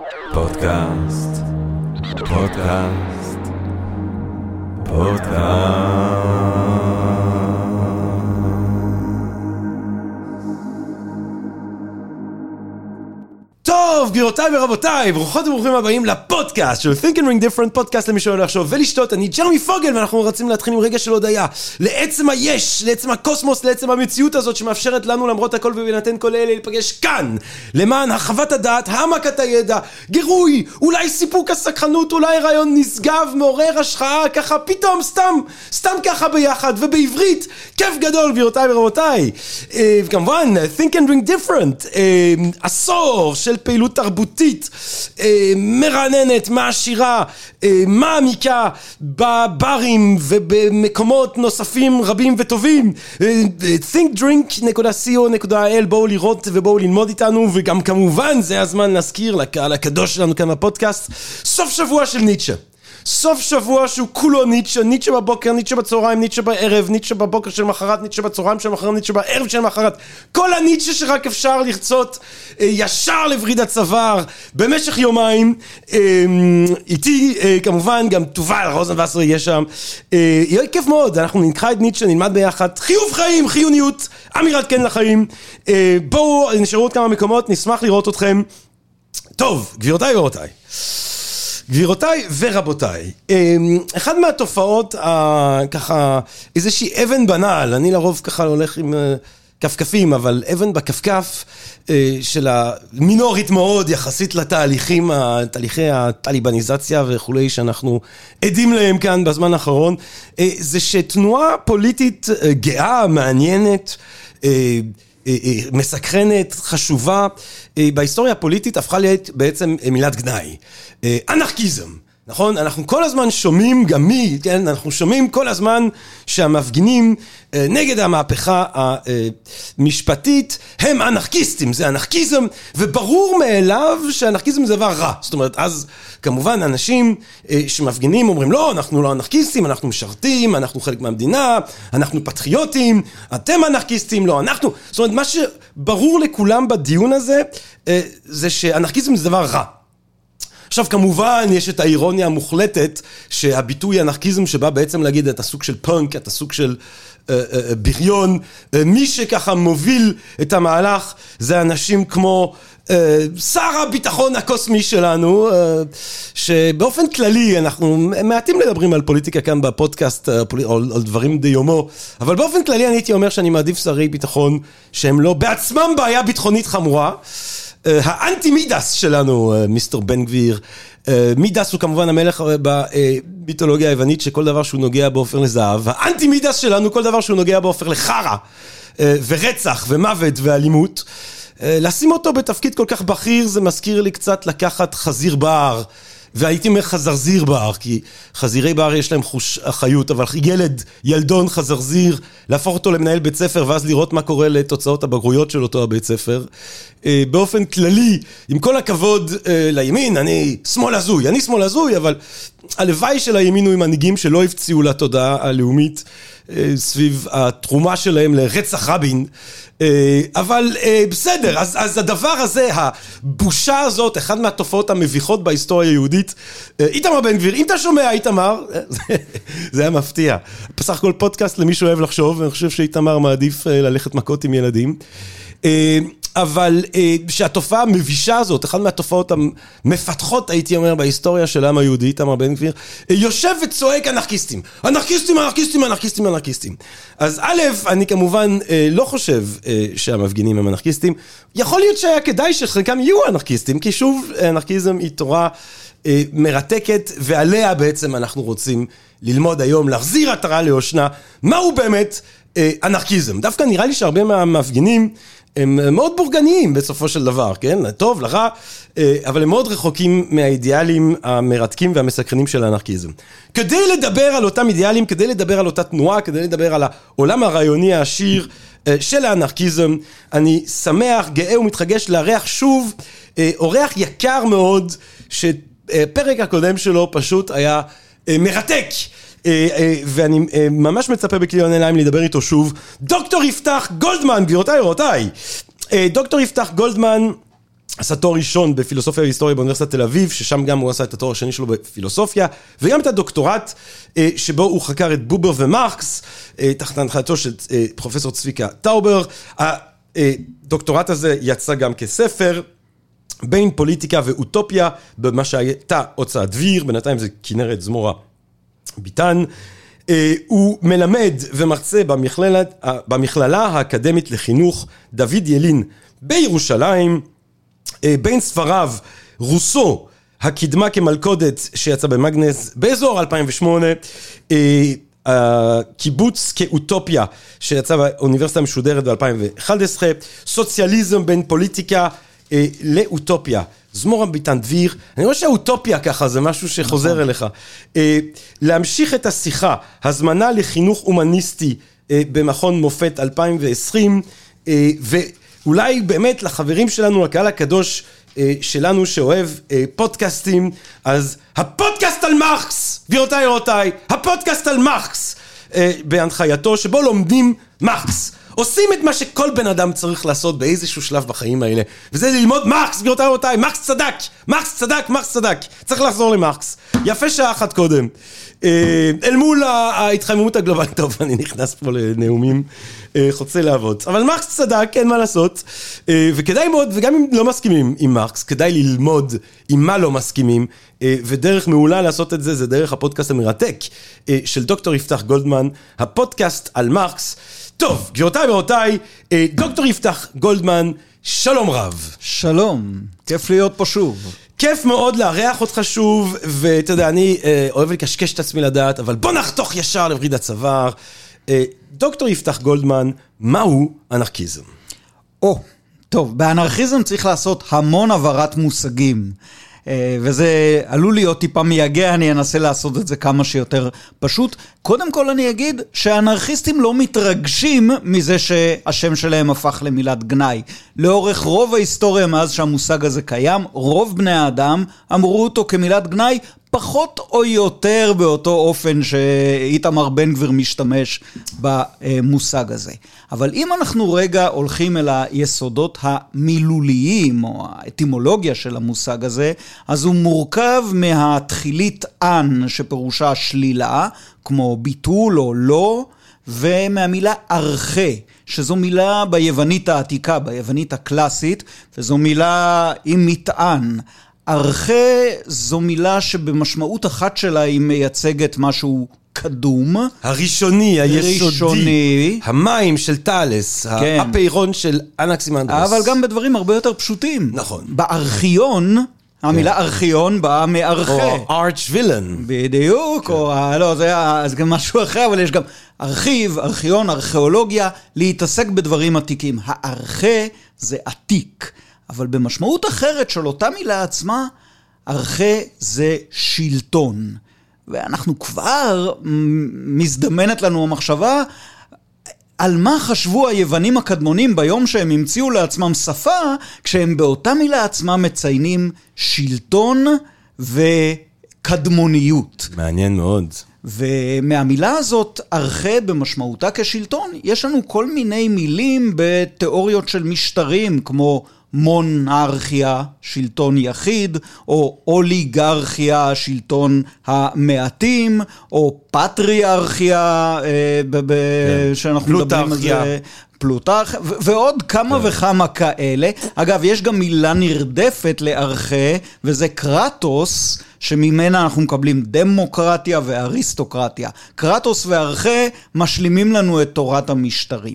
פודקאסט. טוב, גבירותיי ורבותיי, ברוכות וברוכים הבאים לפודקאסט של Think and Ring Different, פודקאסט למי שאוהב לחשוב ולשתות. אני ג'רמי פוגל, ואנחנו רוצים להתחיל עם רגע של הודעה לעצם היש, לעצם הקוסמוס, לעצם המציאות הזאת שמאפשרת לנו למרות הכל ובינתן כל אלה להיפגש כאן למען הרחבת הדעת, העמקת הידע, גירוי, אולי סיפוק הסקרנות, אולי רעיון נשגב, מעורר השחאה, ככה פתאום סתם ככה ביחד ובעברית. כיף גדול גבירותיי ורבותיי. וכמובן Think and Ring Different, עשור של פעילות תרבותית מרעננת, מעשירה, מעמיקה בברים ובמקומות נוספים רבים וטובים. thinkdrink.co.il, בואו לראות ובואו ללמוד איתנו, וגם כמובן זה הזמן להזכיר לקהל הקדוש שלנו כאן בפודקאסט, סוף שבוע של ניטשה. סוף שבוע שהוא כולו ניטשה, ניטשה בבוקר, ניטשה בצהריים, ניטשה בערב, ניטשה בבוקר של מחרת, ניטשה בצהריים של מחרת, ניטשה בערב של מחרת, כל הניטשה שרק אפשר לרצות ישר לוריד הצוואר במשך יומיים. איתי כמובן גם תובל רוזנווסר יהיה שם, יהיה כיף מאוד, אנחנו נקרא את ניטשה, נלמד ביחד חיוב חיים, חיוניות, אמירת כן לחיים. בואו, נשארו עוד כמה מקומות, נשמח לראות אתכם. טוב, גבירותיי ורבותיי, אחד מהתופעות, ככה, איזושהי אבן בנעל, אני לרוב ככה הולך עם כפכפים, אבל אבן בכפכף של המינורית מאוד, יחסית תהליכי הטליבניזציה וכולי, שאנחנו עדים להם כאן בזמן האחרון, זה שתנועה פוליטית גאה, מעניינת, מסקרנת, חשובה, בהיסטוריה הפוליטית הפכה להיות בעצם מילת גנאי. אנרכיזם, נכון? אנחנו כל הזמן שומעים, גם מי, כן? אנחנו שומעים כל הזמן שהמפגינים נגד המהפכה המשפטית הם אנרכיסטים, זה אנרכיזם, וברור מאליו שאנרכיזם זה דבר רע. זאת אומרת, אז כמובן אנשים שמפגינים אומרים, לא, אנחנו לא אנרכיסטים, אנחנו משרתים, אנחנו חלק מהמדינה, אנחנו פטריוטים, אתם אנרכיסטים, לא, אנחנו. זאת אומרת, מה שברור לכולם בדיון הזה, זה שאנרכיזם זה דבר רע. עכשיו כמובן יש את האירוניה המוחלטת שהביטוי אנרכיזם שבא בעצם להגיד את הסוג של פאנק, את הסוג של בריון, מי שככה מוביל את המהלך זה אנשים כמו שר הביטחון הקוסמי שלנו, שבאופן כללי אנחנו מעטים לדברים על פוליטיקה כאן בפודקאסט או על דברים דיומו, אבל באופן כללי אני הייתי אומר שאני מעדיף שרי ביטחון שהם לא בעצמם בעיה ביטחונית חמורה. האנטי מידס שלנו, מיסטר בן גביר. מידס הוא כמובן המלך במיתולוגיה היוונית שכל דבר שהוא נוגע באופר לזהב. האנטי מידס שלנו כל דבר שהוא נוגע באופר לחרה ורצח ומוות ואלימות. לשים אותו בתפקיד כל כך בכיר זה מזכיר לי קצת לקחת חזיר בר, והייתי אומר חזרזיר בר, כי חזירי בר יש להם חוש אחיות, אבל ילדון חזרזיר, להפוך אותו למנהל בית ספר, ואז לראות מה קורה לתוצאות הבגרויות של אותו הבית ספר. באופן כללי, עם כל הכבוד לימין, אני שמאל הזוי, אבל הלוואי של הימין הוא עם מנהיגים שלא הפציעו לתודעה הלאומית, סביב התרומה שלהם לרצח רבין, אבל בסדר, אז הדבר הזה, הבושה הזאת, אחד מהתופעות המביכות בהיסטוריה היהודית. איתמר בן גביר, אם אתה שומע איתמר, זה היה מפתיע, בסך הכל פודקאסט למי שאוהב לחשוב, ואני חושב שאיתמר מעדיף ללכת מכות עם ילדים, אבל שהתופעה המבישה הזאת, אחת מהתופעות המפתחות הייתי אומר בהיסטוריה של העם היהודי, איתמר בן גביר, יושב וצועק אנרכיסטים. אז א', אני כמובן לא חושב שהמפגינים הם אנרכיסטים, יכול להיות שהיה כדאי שחלקם יהיו אנרכיסטים, כי שוב אנרכיזם היא תורה מרתקת, ועליה בעצם אנחנו רוצים ללמוד היום, להחזיר עטרה ליושנה, מהו באמת אנרכיזם. דווקא נראה לי שהרבה מהמפגינים הם מאוד בורגניים בסופו של דבר, כן? טוב, לרע, אבל הם מאוד רחוקים מהאידיאלים המרתקים והמסקרנים של האנרכיזם. כדי לדבר על אותם אידיאלים, כדי לדבר על אותה תנועה, כדי לדבר על העולם הרעיוני העשיר של האנרכיזם, אני שמח, גאה ומתרגש לארח שוב אורח יקר מאוד, שפרק הקודם שלו פשוט היה מרתק. ואני ממש מצפה בכליון עיניים לדבר איתו שוב. דוקטור יפתח גולדמן, גבירותיי ורבותיי, דוקטור יפתח גולדמן עשה תואר ראשון בפילוסופיה והיסטוריה באוניברסיטת תל אביב, ששם גם הוא עשה את התואר השני שלו בפילוסופיה, וגם את הדוקטורט שבו הוא חקר את בובר ומרקס, תחת הנחייתו של פרופסור צביקה טאובר. הדוקטורט הזה יצא גם כספר, בין פוליטיקה ואוטופיה, במה שהייתה הוצאת דביר, בינתיים זה כנרת זמורה ביטן. הוא מלמד ומרצה במכללה האקדמית לחינוך דוד ילין בירושלים. בין ספריו רוסו, הקדמה כמלכודת, שיצא במגנס באזור 2008, קיבוץ כאוטופיה שיצא באוניברסיטה המשודרת ב-2011, סוציאליזם בין פוליטיקה לאוטופיה, זמורה ביטן דביר. אני רואה שהאוטופיה ככה זה משהו שחוזר אליך. להמשיך את השיחה, הזמנה לחינוך הומניסטי במכון מופת 2020, ואולי באמת לחברים שלנו, לקהל הקדוש שלנו שאוהב פודקאסטים, אז הפודקאסט על מרקס, גבירותיי ורבותיי, הפודקאסט על מרקס, בהנחייתו שבו לומדים מרקס. עושים את מה שכל בן אדם צריך לעשות באיזשהו שלב בחיים האלה, וזה ללמוד מרקס, גבירותיי ורבותיי, מרקס צדק, מרקס צדק, מרקס צדק, צריך לחזור למרקס. יפה שעה אחת קודם. אל מול ההתחממות הגלובלית, טוב, אני נכנס פה לנאומים חוצה להבות, אבל מרקס צדק, אין מה לעשות, וכדאי מאוד, וגם אם לא מסכימים עם מרקס, כדאי ללמוד עם מה לא מסכימים, ודרך מעולה לעשות את זה, זה דרך הפודקאסט המרתק של דוקטור יפתח גולדמן, הפודקאסט על מרקס. טוב, גבירותיי ורבותיי, דוקטור יפתח גולדמן, שלום רב. שלום, כיף להיות פה שוב. כיף מאוד לארח אותך שוב, ואתה יודע, אני אוהב לקשקש את עצמי לדעת, אבל בוא נחתוך ישר לוריד הצוואר. דוקטור יפתח גולדמן, מהו אנרכיזם? טוב, באנרכיזם צריך לעשות המון עברת מושגים, וזה עלול להיות טיפה מייגע, אני אנסה לעשות את זה כמה שיותר פשוט. קודם כל אני אגיד שהאנרכיסטים לא מתרגשים מזה שהשם שלהם הפך למילת גנאי. לאורך רוב ההיסטוריה מאז שהמושג הזה קיים, רוב בני האדם אמרו אותו כמילת גנאי, פחות או יותר באותו אופן שאיתמר בן גביר משתמש במושג הזה. אבל אם אנחנו רגע הולכים אל היסודות המילוליים או האטימולוגיה של המושג הזה, אז הוא מורכב מהתחילית אן שפירושה שלילה, כמו ביטול או לא, ומהמילה ארכה, שזו מילה ביוונית העתיקה, ביוונית הקלאסית, וזו מילה עם מטען. ארכה זו מילה שבמשמעות אחת שלה היא מייצגת משהו קדום. הראשוני, היסודי. המים של טלס, כן. הפירון של אנקסימנדרוס. אבל גם בדברים הרבה יותר פשוטים. נכון. בארכיון, המילה ארכיון באה מארכה. או ארץ'-וילן. בדיוק, כן. או לא, זה גם משהו אחר, אבל יש גם ארכיב, ארכיון, ארכיאולוגיה, להתעסק בדברים עתיקים. הארכה זה עתיק. אבל במשמעות אחרת של אותה מילה עצמה, ארכה זה שלטון. ואנחנו כבר מזדמנת לנו המחשבה, על מה חשבו היוונים הקדמונים ביום שהם המציאו לעצמם שפה, כשהם באותה מילה עצמה מציינים שלטון וקדמוניות. מעניין מאוד. ומהמילה הזאת, ארכה במשמעותה כשלטון, יש לנו כל מיני מילים בתיאוריות של משטרים, כמו מונרכיה, שלטון יחיד, או אוליגרכיה, שלטון המעטים, או פטריארכיה, שאנחנו מדברים על זה, פלוטרכיה, ועוד כמה וכמה כאלה. אגב, יש גם מילה נרדפת לארכה, וזה קרטוס, שממנה אנחנו מקבלים דמוקרטיה ואריסטוקרטיה. קרטוס וארכה משלימים לנו את תורת המשטרים.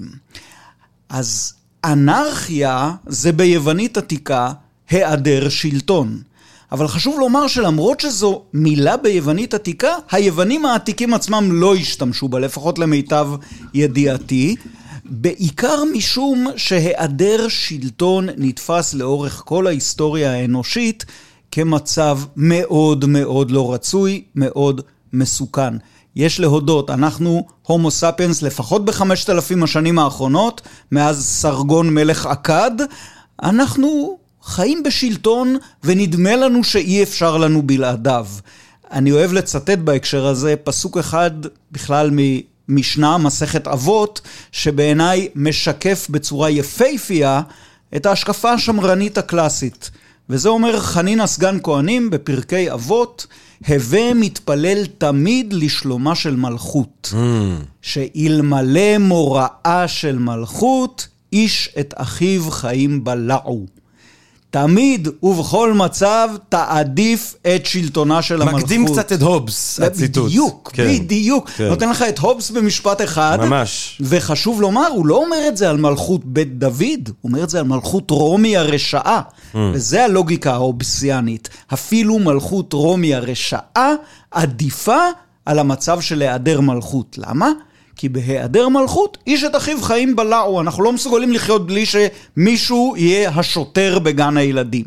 אז אנרכיה זה ביוונית עתיקה היעדר שלטון. אבל חשוב לומר שלמרות שזו מילה ביוונית עתיקה, היוונים העתיקים עצמם לא השתמשו בה, לפחות למיטב ידיעתי, בעיקר משום שהיעדר שלטון נתפס לאורך כל ההיסטוריה האנושית כמצב מאוד מאוד לא רצוי, מאוד מסוכן. יש להודות, אנחנו הומו ספיאנס לפחות ב5,000 השנים האחרונות, מאז סרגון מלך אכד, אנחנו חיים בשלטון ונדמה לנו שאי אפשר לנו בלעדיו. אני אוהב לצטט בהקשר הזה פסוק אחד בכלל משנה, מסכת אבות, שבעיניי משקף בצורה יפהפייה את ההשקפה השמרנית הקלאסית. וזה אומר חנינא סגן כהנים בפרקי אבות, הווה מתפלל תמיד לשלומה של מלכות. שאלמלא מוראה של מלכות, איש את אחיו חיים בלעו. תמיד ובכל מצב תעדיף את שלטונה של המלכות. מקדים קצת את הובס, הציטוט. בדיוק, בדיוק. נותן לך את הובס במשפט אחד. ממש. וחשוב לומר, הוא לא אומר את זה על מלכות בית דוד, הוא אומר את זה על מלכות רומי הרשעה. וזה הלוגיקה ההובסיאנית. אפילו מלכות רומי הרשעה עדיפה על המצב של היעדר מלכות. למה? כי בהיעדר מלכות, איש את אחיו חיים בלעו. אנחנו לא מסוגלים לחיות בלי שמישהו יהיה השוטר בגן הילדים.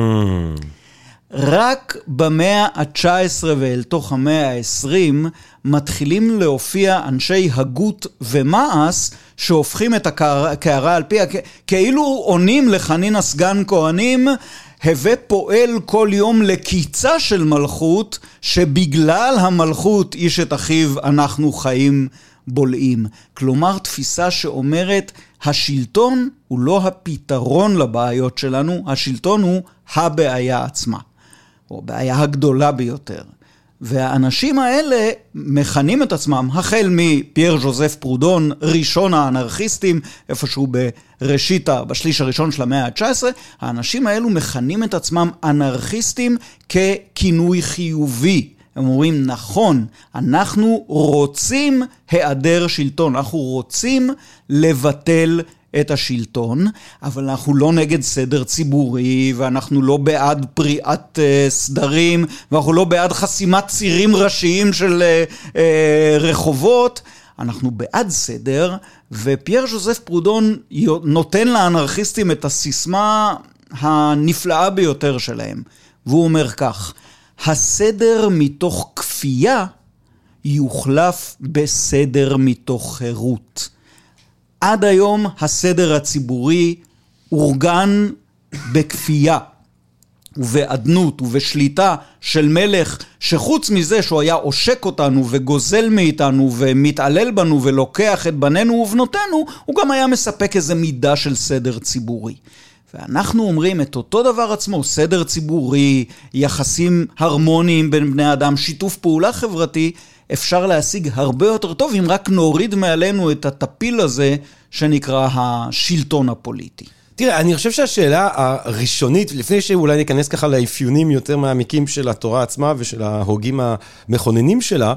רק במאה ה-19 ואל תוך המאה ה-20 מתחילים להופיע אנשי הגות ומעש שהופכים את הקערה על פיה, כאילו עונים לחנינא סגן כהנים, הווה פועל כל יום לקיצה של מלכות, שבגלל המלכות איש את אחיו אנחנו חיים בולעים. כלומר, תפיסה שאומרת, השלטון הוא לא הפתרון לבעיות שלנו, השלטון הוא הבעיה עצמה, או הבעיה הגדולה ביותר. והאנשים האלה מכנים את עצמם, החל מפייר ז'וזף פרודון, ראשון האנרכיסטים, איפשהו בשליש הראשון של המאה ה-19, האנשים האלו מכנים את עצמם אנרכיסטים ככינוי חיובי. הם אומרים, נכון, אנחנו רוצים היעדר שלטון, אנחנו רוצים לבטל את השלטון, אבל אנחנו לא נגד סדר ציבורי, ואנחנו לא בעד פריעת סדרים, ואנחנו לא בעד חסימת צירים ראשיים של רחובות, אנחנו בעד סדר, ופייר ז'וזף פרודון נותן לאנרכיסטים את הסיסמה הנפלאה ביותר שלהם, והוא אומר כך, הסדר מתוך כפייה יוחלף בסדר מתוך חירות. עד היום הסדר הציבורי אורגן בכפייה ובעדנות ובשליטה של מלך שחוץ מזה שהוא היה עושק אותנו וגוזל מאיתנו ומתעלל בנו ולוקח את בנינו ובנותינו, הוא גם היה מספק איזה מידה של סדר ציבורי. ואנחנו אומרים את אותו דבר עצמו, סדר ציבורי, יחסים הרמוניים בין בני אדם, שיתוף פעולה חברתי, אפשר להשיג הרבה יותר טוב אם רק נוריד מעלינו את הטפיל הזה שנקרא השלטון הפוליטי. תראה, אני חושב שהשאלה הראשונית, לפני שאולי ניכנס ככה לאפיונים יותר מעמיקים של התורה עצמה ושל ההוגים המכוננים שלה,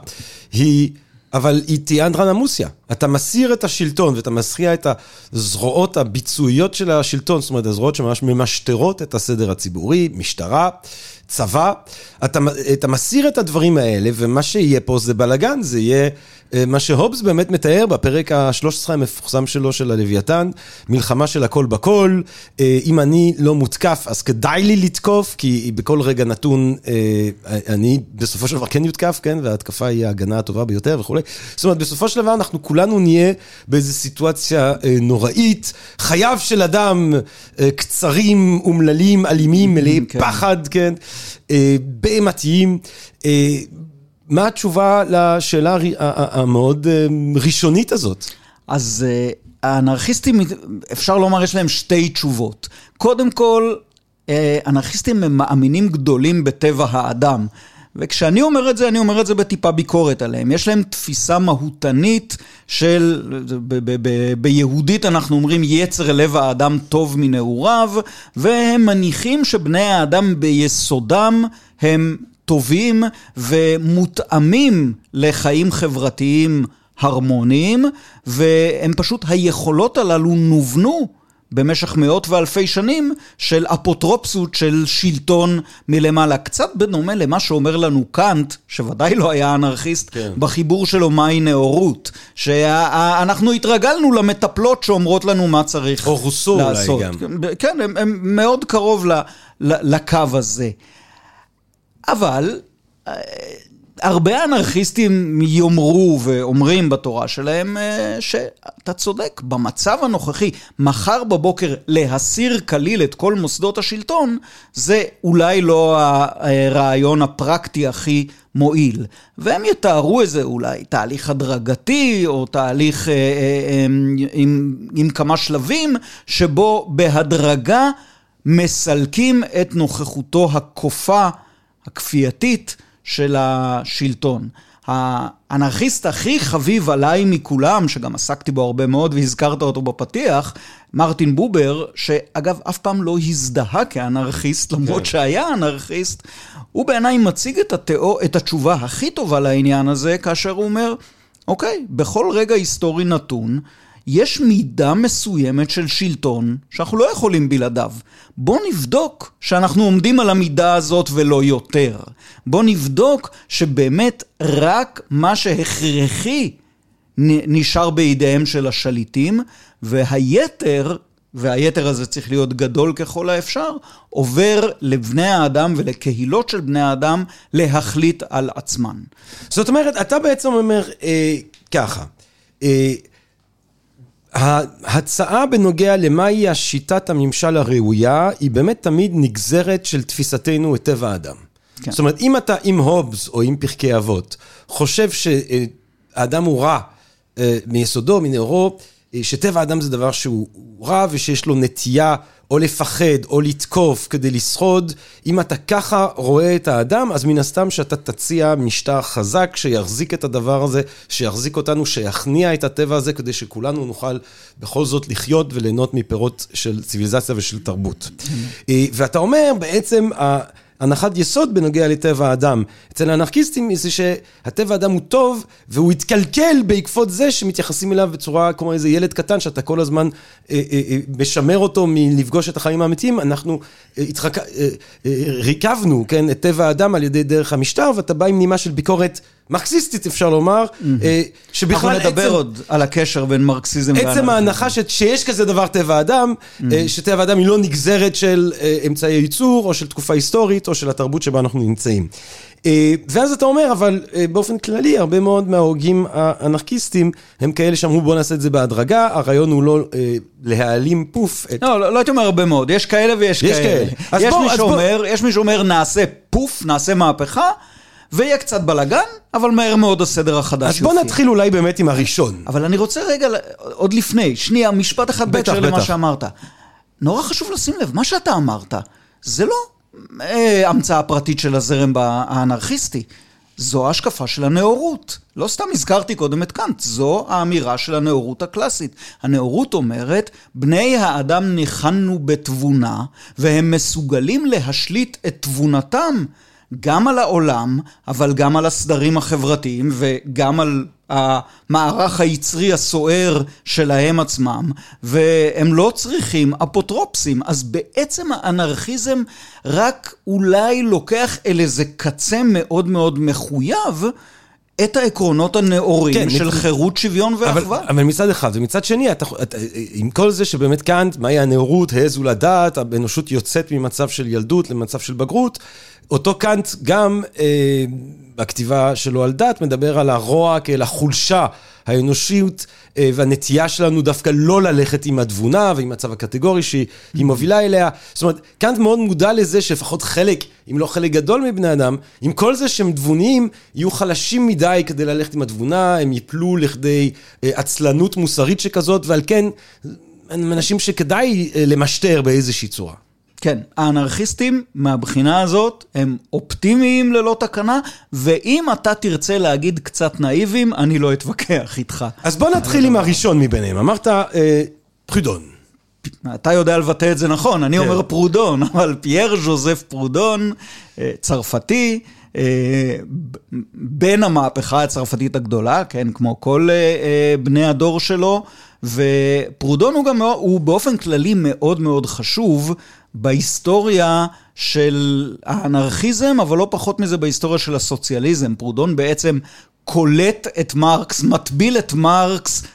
אבל היא תהיה אנדרנמוסיה. אתה מסיר את השלטון ואתה מסריע את הזרועות הביצועיות של השלטון, זאת אומרת, הזרועות שממש ממשטרות את הסדר הציבורי, משטרה, צבא. אתה מסיר את הדברים האלה, ומה שיהיה פה זה בלגן, זה יהיה מה שהובס באמת מתאר בפרק ה-13 המפורסם שלו של הלוויתן, מלחמה של הכל בכל, אם אני לא מותקף, אז כדאי לי לתקוף, כי בכל רגע נתון, אני בסופו של דבר כן יותקף, כן, וההתקפה היא ההגנה הטובה ביותר וכו'. זאת אומרת, בסופו של דבר אנחנו כולנו נהיה באיזו סיטואציה נוראית, חייו של אדם קצרים, אומללים, אלימים, מלאי פחד, כן, בהמתיים. מה התשובה לשאלה המאוד ראשונית הזאת? אז האנרכיסטים, אפשר לומר, יש להם שתי תשובות. קודם כל, אנרכיסטים הם מאמינים גדולים בטבע האדם. וכשאני אומר את זה, אני אומר את זה בטיפה ביקורת עליהם. יש להם תפיסה מהותנית של, ביהודית אנחנו אומרים, יצר לב האדם טוב מנעוריו, והם מניחים שבני האדם ביסודם הם טובים ומותאמים לחיים חברתיים הרמוניים, והם פשוט, היכולות הללו נובנו במשך מאות ואלפי שנים של אפוטרופסות של שלטון מלמעלה. קצת בדומה למה שאומר לנו קאנט, שוודאי לא היה אנרכיסט, כן. בחיבור שלו מהי נאורות, שאנחנו התרגלנו למטפלות שאומרות לנו מה צריך או רוסו לעשות. אולי גם. כן, הם מאוד קרוב לקו הזה. אבל הרבה אנרכיסטים יאמרו ואומרים בתורה שלהם שאתה צודק, במצב הנוכחי, מחר בבוקר להסיר כליל את כל מוסדות השלטון, זה אולי לא הרעיון הפרקטי הכי מועיל. והם יתארו איזה אולי תהליך הדרגתי, או תהליך עם כמה שלבים, שבו בהדרגה מסלקים את נוכחותו הכופה, הכפייתית, של השלטון. האנרכיסט הכי חביב עליי מכולם, שגם עסקתי בו הרבה מאוד והזכרת אותו בפתיח, מרטין בובר, שאגב אף פעם לא הזדהה כאנרכיסט, למרות שהיה אנרכיסט, הוא בעיניי מציג את התשובה הכי טובה לעניין הזה, כאשר הוא אומר, אוקיי, בכל רגע היסטורי נתון, יש מידה מסוימת של שלטון שאנחנו לא יכולים בלעדיו. בוא נבדוק שאנחנו עומדים על המידה הזאת ולא יותר. בוא נבדוק שבאמת רק מה שהכרחי נשאר בידיהם של השליטים, והיתר הזה צריך להיות גדול ככל האפשר, עובר לבני האדם ולקהילות של בני האדם להחליט על עצמן. זאת אומרת, אתה בעצם אומר ככה, ההצעה בנוגע למהי השיטת הממשל הראויה, היא באמת תמיד נגזרת של תפיסתנו את טבע האדם. כן. זאת אומרת, אם אתה עם הובס או עם פרקי אבות, חושב שהאדם הוא רע מיסודו, מנאורו, שטבע האדם זה דבר שהוא רע ושיש לו נטייה או לפחד או לתקוף כדי לשרוד, אם אתה ככה רואה את האדם, אז מן הסתם שאתה תציע משטר חזק שיחזיק את הדבר הזה, שיחזיק אותנו, שיכניע את הטבע הזה, כדי שכולנו נוכל בכל זאת לחיות וליהנות מפירות של ציוויליזציה ושל תרבות. ואתה אומר בעצם, הנחת יסוד בנוגע לטבע האדם. אצל האנרכיסטים זה שהטבע האדם הוא טוב, והוא התקלקל בעקבות זה שמתייחסים אליו בצורה כמו איזה ילד קטן, שאתה כל הזמן משמר אותו מלפגוש את החיים האמיתיים. אנחנו ריכבנו, כן, את טבע האדם על ידי דרך המשטר, ואתה בא עם נימה של ביקורת מרקסיסטית, אפשר לומר, שבכלל אנחנו נדבר עוד על הקשר בין מרקסיזם ואנרכיזם. עצם ההנחה שיש כזה דבר טבע האדם, שטבע האדם היא לא נגזרת של אמצעי ייצור, או של תקופה היסטורית, או של התרבות שבה אנחנו נמצאים. ואז אתה אומר, אבל באופן כללי, הרבה מאוד מההוגים האנרכיסטים, הם כאלה שאמרו, בוא נעשה את זה בהדרגה, הרעיון הוא לא להעלים פוף. לא הייתי אומר הרבה מאוד, יש כאלה ויש כאלה. יש מי שאומר, נעשה פוף, נעשה מהפכה, ויהיה קצת בלגן, אבל מהר מאוד הסדר החדש. אז בוא נתחיל אולי באמת עם הראשון. אבל אני רוצה רגע, עוד לפני, שנייה, משפט אחד בהקשר למה שאמרת. נורא חשוב לשים לב, מה שאתה אמרת, זה לא המצאה פרטית של הזרם האנרכיסטי, זו ההשקפה של הנאורות. לא סתם הזכרתי קודם את קאנט, זו האמירה של הנאורות הקלאסית. הנאורות אומרת, בני האדם ניחנו בתבונה, והם מסוגלים להשליט את תבונתם, גם על העולם, אבל גם על הסדרים החברתיים, וגם על המערך היצרי הסוער שלהם עצמם, והם לא צריכים אפוטרופסים. אז בעצם האנרכיזם רק אולי לוקח אל איזה קצה מאוד מאוד מחויב, את העקרונות הנאורים של חירות, שוויון ואחווה. אבל מצד אחד, ומצד שני, עם כל זה שבאמת קאנט, מהי הנאורות, העזו לדעת, האנושות יוצאת ממצב של ילדות למצב של בגרות, אותו קאנט גם בכתיבה שלו על דת, מדבר על הרוע כאל החולשה האנושיות, והנטייה שלנו דווקא לא ללכת עם התבונה ועם מצב הקטגורי שהיא מובילה אליה. זאת אומרת, קאנט מאוד מודע לזה שלפחות חלק, אם לא חלק גדול מבני אדם, עם כל זה שהם תבוניים, יהיו חלשים מדי כדי ללכת עם התבונה, הם יפלו לכדי עצלנות מוסרית שכזאת, ועל כן, הם אנשים שכדאי למשטר באיזושהי צורה. כן, האנרכיסטים מהבחינה הזאת הם אופטימיים ללא תקנה, ואם אתה תרצה להגיד קצת נאיבים, אני לא אתווכח איתך. אז בוא נתחיל עם הראשון מביניהם. אמרת פרודון. אתה יודע לבטא את זה נכון, אני אומר פרודון, אבל פייר ז'וזף פרודון, צרפתי, בין המהפכה הצרפתית הגדולה, כן, כמו כל בני הדור שלו, ופרודון הוא באופן כללי מאוד מאוד חשוב בהיסטוריה של האנרכיזם, אבל לא פחות מזה בהיסטוריה של הסוציאליזם. פרודון בעצם קולט את מרקס, מטביל את מרקס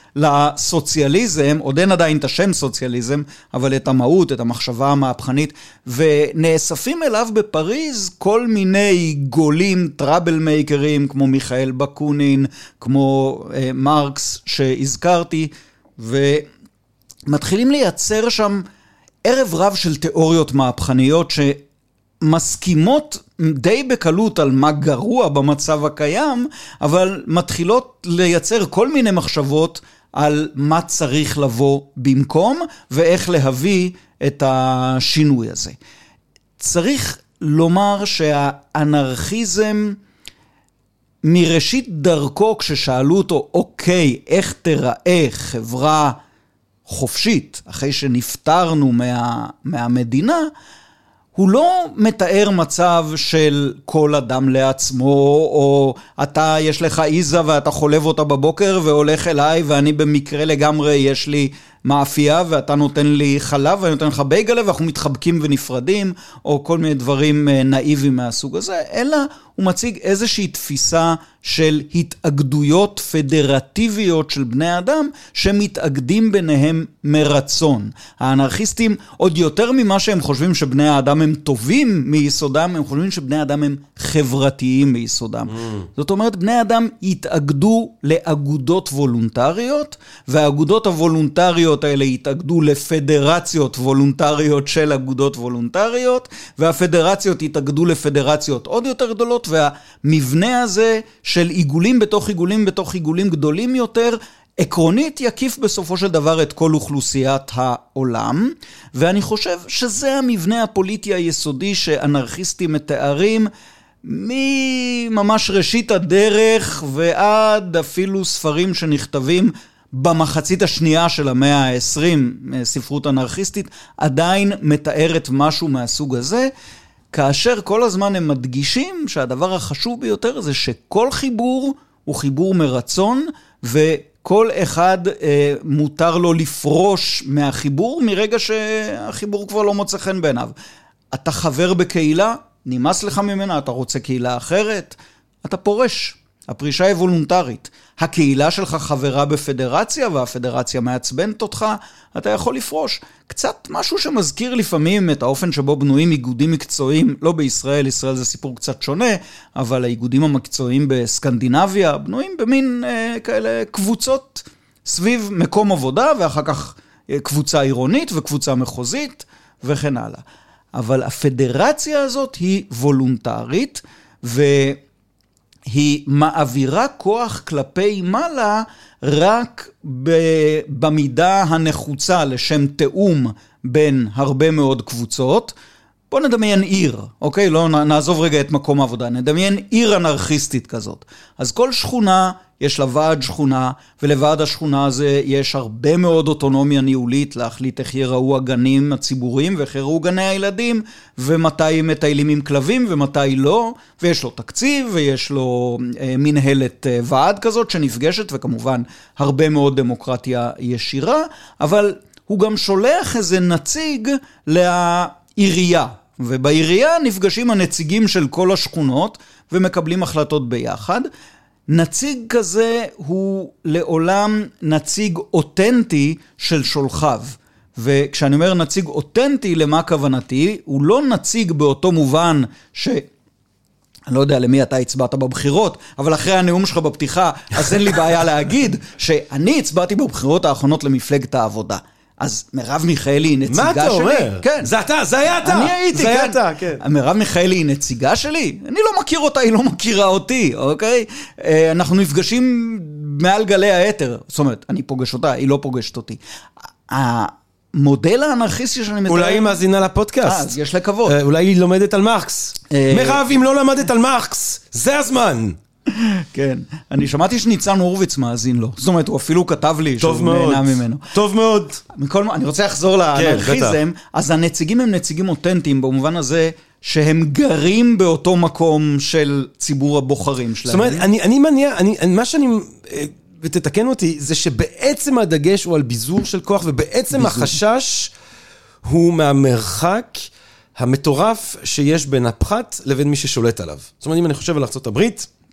לסוציאליזם, עוד אין עדיין את השם סוציאליזם, אבל את המהות, את המחשבה המהפכנית, ונאספים אליו בפריז כל מיני גולים, טראבל מייקרים, כמו מיכאל בקונין, כמו מרקס שהזכרתי, ומתחילים לייצר שם ערב רב של תיאוריות מהפכניות שמסכימות די בקלות על מה גרוע במצב הקיים, אבל מתחילות לייצר כל מיני מחשבות על מה צריך לבוא במקום ואיך להביא את השינוי הזה. צריך לומר שהאנרכיזם מראשית דרכו, כששאלו אותו, אוקיי, איך תראה חברה חופשית, אחרי שנפטרנו מהמדינה, הוא לא מתאר מצב של כל אדם לעצמו, או אתה יש לך איזה ואתה חולב אותה בבוקר והולך אליי, ואני במקרה לגמרי יש לי מאפייה, ואתה נותן לי חלב, ואני נותן לך בייגלה, ואנחנו מתחבקים ונפרדים, או כל מיני דברים נאיביים מהסוג הזה, אלא הוא מציג איזושהי תפיסה של התאגדויות פדרטיביות של בני אדם, שמתאגדים ביניהם מרצון. האנרכיסטים, עוד יותר ממה שהם חושבים שבני האדם הם טובים מיסודם, הם חושבים שבני האדם הם חברתיים מיסודם. זאת אומרת, בני האדם התאגדו לאגודות וולונטריות, והאגודות הוולונטריות האלה התאגדו לפדרציות וולונטריות של אגודות וולונטריות, והפדרציות התאגדו לפדרציות עוד יותר גדולות, והמבנה הזה של עיגולים בתוך עיגולים בתוך עיגולים גדולים יותר, עקרונית יקיף בסופו של דבר את כל אוכלוסיית העולם, ואני חושב שזה המבנה הפוליטי היסודי שאנרכיסטים מתארים, מממש ראשית הדרך ועד אפילו ספרים שנכתבים במחצית השנייה של המאה ה-20, ספרות אנרכיסטית, עדיין מתארת משהו מהסוג הזה, כאשר כל הזמן הם מדגישים שהדבר החשוב ביותר זה שכל חיבור הוא חיבור מרצון, וכל אחד מותר לו לפרוש מהחיבור מרגע שהחיבור כבר לא מוצא חן בעיניו. אתה חבר בקהילה, נמאס לך ממנה, אתה רוצה קהילה אחרת, אתה פורש. הפרישה היא וולונטרית. הקהילה שלך חברה בפדרציה, והפדרציה מעצבנת אותך, אתה יכול לפרוש. קצת משהו שמזכיר לפעמים את האופן שבו בנויים איגודים מקצועיים, לא בישראל, ישראל זה סיפור קצת שונה, אבל האיגודים המקצועיים בסקנדינביה בנויים במין כאלה קבוצות סביב מקום עבודה, ואחר כך קבוצה עירונית וקבוצה מחוזית וכן הלאה. אבל הפדרציה הזאת היא וולונטרית, היא מעבירה כוח כלפי מעלה רק במידה הנחוצה לשם תאום בין הרבה מאוד קבוצות. בוא נדמיין עיר, אוקיי? לא נעזוב רגע את מקום העבודה, נדמיין עיר אנרכיסטית כזאת. אז כל שכונה יש לה ועד שכונה, ולוועד השכונה הזה יש הרבה מאוד אוטונומיה ניהולית להחליט איך יראו הגנים הציבוריים ואיך יראו גני הילדים, ומתי מטיילים עם כלבים ומתי לא, ויש לו תקציב ויש לו מנהלת ועד כזאת שנפגשת, וכמובן הרבה מאוד דמוקרטיה ישירה, אבל הוא גם שולח איזה נציג לעירייה, ובעירייה נפגשים הנציגים של כל השכונות ומקבלים החלטות ביחד. נציג כזה הוא לעולם נציג אותנטי של שולחיו. וכשאני אומר נציג אותנטי, למה כוונתי? הוא לא נציג באותו מובן אני לא יודע למי אתה הצבעת בבחירות, אבל אחרי הנאום שלך בפתיחה, אז אין לי בעיה להגיד שאני הצבעתי בבחירות האחרונות למפלגת העבודה. אז מרב מיכאלי היא נציגה שלי. מה אתה אומר? כן. זה היה אתה. אני הייתי, זה היה אתה, כן. מרב מיכאלי היא נציגה שלי? אני לא מכיר אותה, היא לא מכירה אותי, אוקיי? אנחנו נפגשים מעל גלי האתר. זאת אומרת, אני פוגש אותה, היא לא פוגשת אותי. המודל האנרכיסטי שאני מתאר... אולי היא מאזינה לפודקאסט. אז יש לכבוד. אולי היא לומדת על מרקס. מרב, אם לא למדת על מרקס, זה הזמן. כן, אני שמעתי שניצן הורוביץ מאזין לו, זאת אומרת, הוא אפילו כתב לי שהוא נהנה ממנו. טוב מאוד. אני רוצה לחזור לאנרכיזם, אז הנציגים הם נציגים אותנטיים, במובן הזה שהם גרים באותו מקום של ציבור הבוחרים שלהם. זאת אומרת, אני מניע, מה שאני, ותתקן אותי, זה שבעצם הדגש הוא על ביזור של כוח, ובעצם החשש הוא מהמרחק המטורף שיש בין הפחת לבין מי ששולט עליו. זאת אומרת, אם אני חושב על ארצות הברית,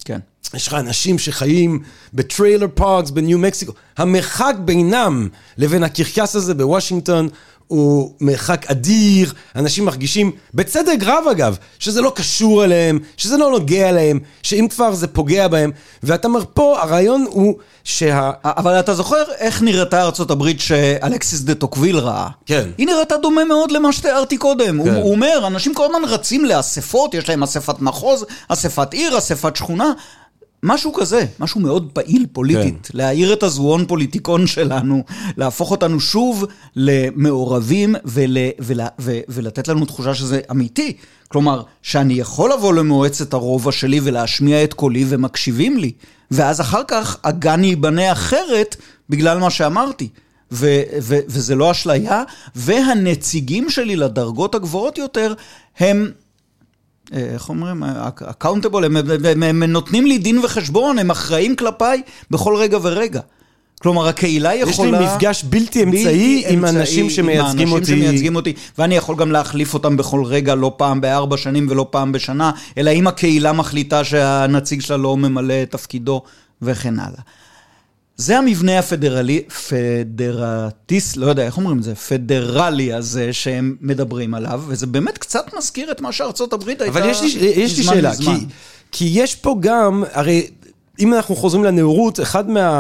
כן. יש לך אנשים שחיים בטריילר פארקס בניו מקסיקו. המרחק בינם לבין הקרקס הזה בוושינגטון הוא מרחק אדיר. אנשים מרגישים, בצדק רב אגב, שזה לא קשור אליהם, שזה לא נוגע אליהם, שאם כבר זה פוגע בהם. ואתה אומר פה, הרעיון הוא אבל אתה זוכר איך נראתה ארצות הברית שאלכסיס דה טוקוויל ראה? כן. היא נראתה דומה מאוד למה שתיארתי קודם. כן. הוא אומר, אנשים כל הזמן רצים לאספות, יש להם אספת מחוז, אספת עיר, אספת שכונה. משהו כזה, משהו מאוד פעיל פוליטית, כן. להעיר את הזוון פוליטיקון שלנו, להפוך אותנו שוב למעורבים ולתת לנו תחושה שזה אמיתי. כלומר, שאני יכול לבוא למועצת הרובע שלי ולהשמיע את קולי ומקשיבים לי, ואז אחר כך הגן ייבנה אחרת בגלל מה שאמרתי. וזה לא אשליה, והנציגים שלי לדרגות הגבוהות יותר הם... איך אומרים? accountable, הם נותנים לי דין וחשבון, הם אחראים כלפיי בכל רגע ורגע. כלומר, הקהילה יכולה... יש לי מפגש בלתי אמצעי עם אנשים שמייצגים אותי. ואני יכול גם להחליף אותם בכל רגע, לא פעם ב4 שנים ולא פעם בשנה, אלא אם הקהילה מחליטה שהנציג שלה לא ממלא את תפקידו וכן הלאה. זה המבנה פדרטיסט, לא יודע, איך אומרים את זה? פדרלי הזה שהם מדברים עליו, וזה באמת קצת מזכיר את מה שארצות הברית הייתה... אבל יש לי שאלה, כי יש פה גם, הרי אם אנחנו חוזרים לנאורות, אחד